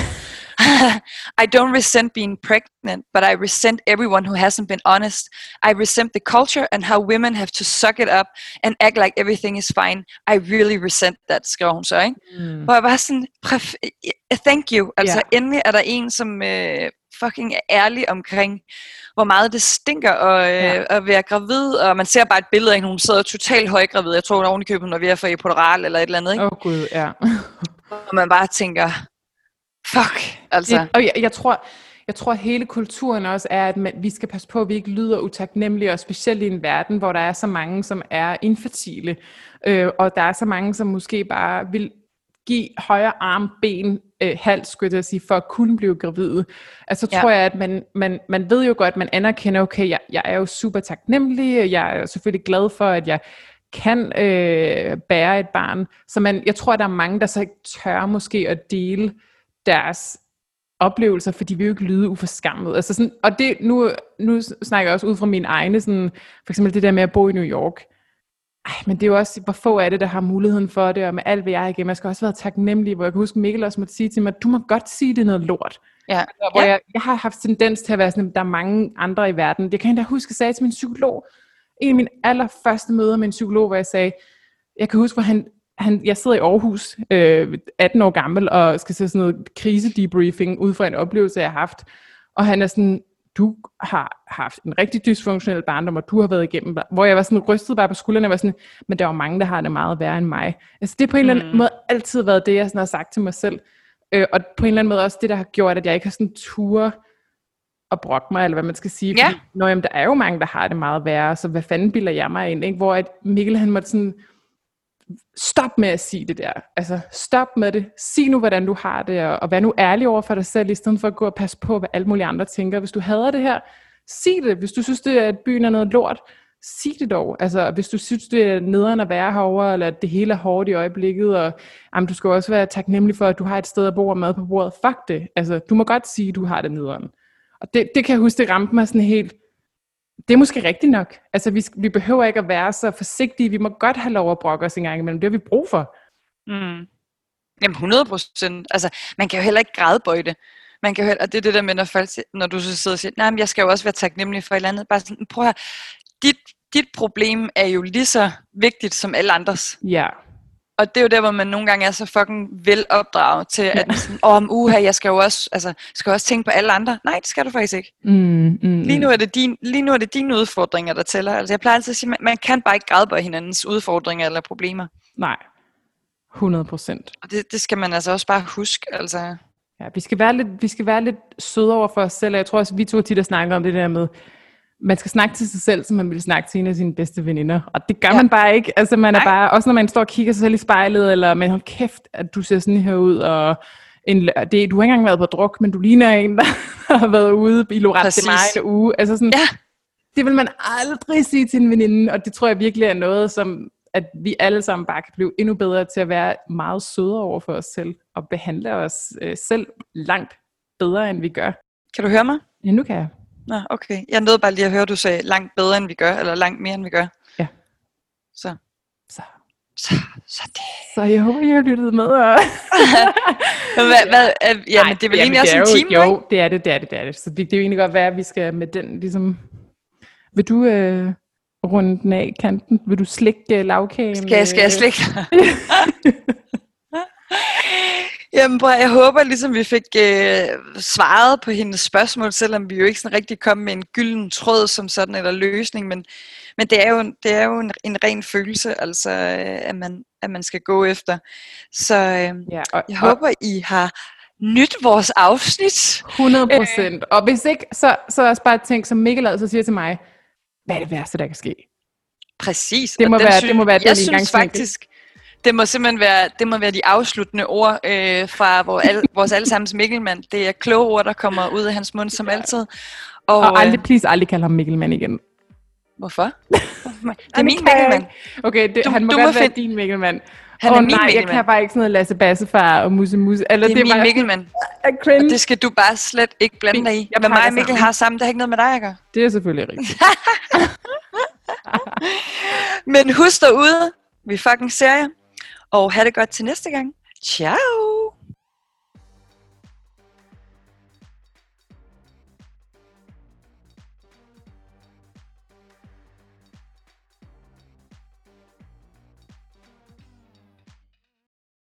I don't resent being pregnant, but I resent everyone who hasn't been honest. I resent the culture and how women have to suck it up and act like everything is fine. I really resent that, skrev hun så, ikke? Hvor jeg var sådan, thank you. Endelig er der en, som fucking er ærlig omkring, hvor meget det stinker at være gravid, og man ser bare et billede af hende, hun sidder totalt højgravid. Jeg tror, hun er ovenikøbet, når vi er for epidural eller et eller andet, ikke? Gud, ja. Og man bare tænker, fuck, Og jeg tror hele kulturen også er, at vi skal passe på, at vi ikke lyder utaknemmelige, og specielt i en verden, hvor der er så mange, som er infertile, og der er så mange, som måske bare vil give højre arm, ben, hals, skulle jeg sige, for at kunne blive gravide. Tror jeg, at man ved jo godt, man anerkender, okay, jeg er jo super taknemmelig, jeg er selvfølgelig glad for, at jeg kan bære et barn. Så jeg tror, at der er mange, der så ikke tør måske at dele deres oplevelser, fordi vi jo ikke lyde uforskammet. Og det, nu snakker jeg også ud fra mine egne, for eksempel det der med at bo i New York. Men det er jo også, hvor få er det, der har muligheden for det, og med alt, hvad jeg er igennem. Jeg skal også være taknemmelig, hvor jeg kan huske, Mikkel også måtte sige til mig, du må godt sige, det er noget lort. Ja. Hvor jeg har haft tendens til at være sådan, der er mange andre i verden. Jeg kan endda huske, at jeg sagde til min psykolog, en af mine allerførste møder med en psykolog, hvor jeg sagde, jeg kan huske, hvor jeg sidder i Aarhus, 18 år gammel, og skal se sådan noget krisedebriefing ud fra en oplevelse, jeg har haft. Og han er sådan, du har haft en rigtig dysfunktionel barndom, og du har været igennem, hvor jeg var sådan rystet bare på skuldrene, og var sådan, men der er jo mange, der har det meget værre end mig. Altså det har på en eller anden måde altid været det, jeg sådan har sagt til mig selv. Og på en eller anden måde også det, der har gjort, at jeg ikke har sådan ture og brokke mig, eller hvad man skal sige. Fordi, der er jo mange, der har det meget værre, så hvad fanden bilder jeg mig ind? Ikke? Hvor at Mikkel, han måtte sådan, stop med at sige det der. Altså, stop med det. Sig nu, hvordan du har det, og vær nu ærlig over for dig selv, i stedet for at gå og passe på, hvad alle mulige andre tænker. Hvis du hader det her, sig det. Hvis du synes, at byen er noget lort, sig det dog. Altså, hvis du synes, det er nederen at være herovre, eller at det hele er hårdt i øjeblikket, og du skal også være taknemmelig for, at du har et sted at bo og mad på bordet. Fuck det. Altså, du må godt sige, at du har det nederen. Og det kan jeg huske, det ramte mig sådan helt. Det er måske rigtigt nok. Altså, vi behøver ikke at være så forsigtige. Vi må godt have lov at brokke os en gang imellem. Det har vi brug for. Jamen 100%. Altså, man kan jo heller ikke grædebøje det. Man kan jo heller, og det er det der med, når du så sidder og siger, nej, men jeg skal jo også være taknemmelig for et eller andet. Bare sådan, prøv at høre, dit problem er jo lige så vigtigt som alle andres. Ja. Og det er jo der, hvor man nogle gange er så fucking velopdraget til, at man sådan, jeg skal jo også tænke på alle andre. Nej, det skal du faktisk ikke. Lige nu er det dine udfordringer, der tæller. Altså, jeg plejer altid at sige, man kan bare ikke grædebøje hinandens udfordringer eller problemer. Nej, 100%. Og det skal man altså også bare huske. Altså. Ja, vi skal være lidt søde over for os selv, og jeg tror også, vi to tit snakker om det der med, man skal snakke til sig selv, som man vil snakke til en af sine bedste veninder. Og det gør man bare ikke. Altså man er bare, også når man står og kigger sig selv i spejlet, eller man hold kæft, at du ser sådan her ud, og du har ikke engang været på druk, men du ligner en, der har været ude i Lorette til mig en uge. Altså sådan, det vil man aldrig sige til en veninde, og det tror jeg virkelig er noget, som at vi alle sammen bare kan blive endnu bedre til at være meget sødere over for os selv, og behandle os selv langt bedre, end vi gør. Kan du høre mig? Ja, nu kan jeg. Nå, okay. Jeg nåede bare lige at høre, du sagde langt bedre, end vi gør, eller langt mere, end vi gør. Ja. Så det. Så jeg håber, I har lyttet med. Og men det er vel egentlig også en time, jo, ikke? Det er det. Så det er jo egentlig godt være, at vi skal med den, ligesom. Vil du runde den af kanten? Vil du slikke lavkagen? Skal jeg slikke? Jamen bror, jeg håber ligesom vi fik svaret på hendes spørgsmål, selvom vi jo ikke sådan rigtig kom med en gylden tråd som sådan eller løsning, men det er jo en ren følelse, altså at man skal gå efter. Så jeg håber I har nyt vores afsnit. 100%. Og hvis ikke, så også bare tænk, som Mikkel altså siger til mig, hvad er det værste, der kan ske? Præcis. Det må være jeg synes faktisk, det må simpelthen være de afsluttende ord fra vores allesammens Mikkelmand. Det er kloge ord, der kommer ud af hans mund som altid. Og aldrig kalde ham Mikkelmand igen. Hvorfor? Det er min Mikkelmand. Okay, han må godt være din Mikkelmand. Han er min Mikkelmand. Jeg kan bare ikke sådan noget Lasse Bassefar og Musse. Eller det er min Mikkelmand. Og det skal du bare slet ikke blande dig i. Hvad mig og Mikkel har sammen, det har ikke noget med dig at gøre. Det er selvfølgelig rigtigt. Men husk derude, vi fucking ser jer. Og have det godt til næste gang. Ciao!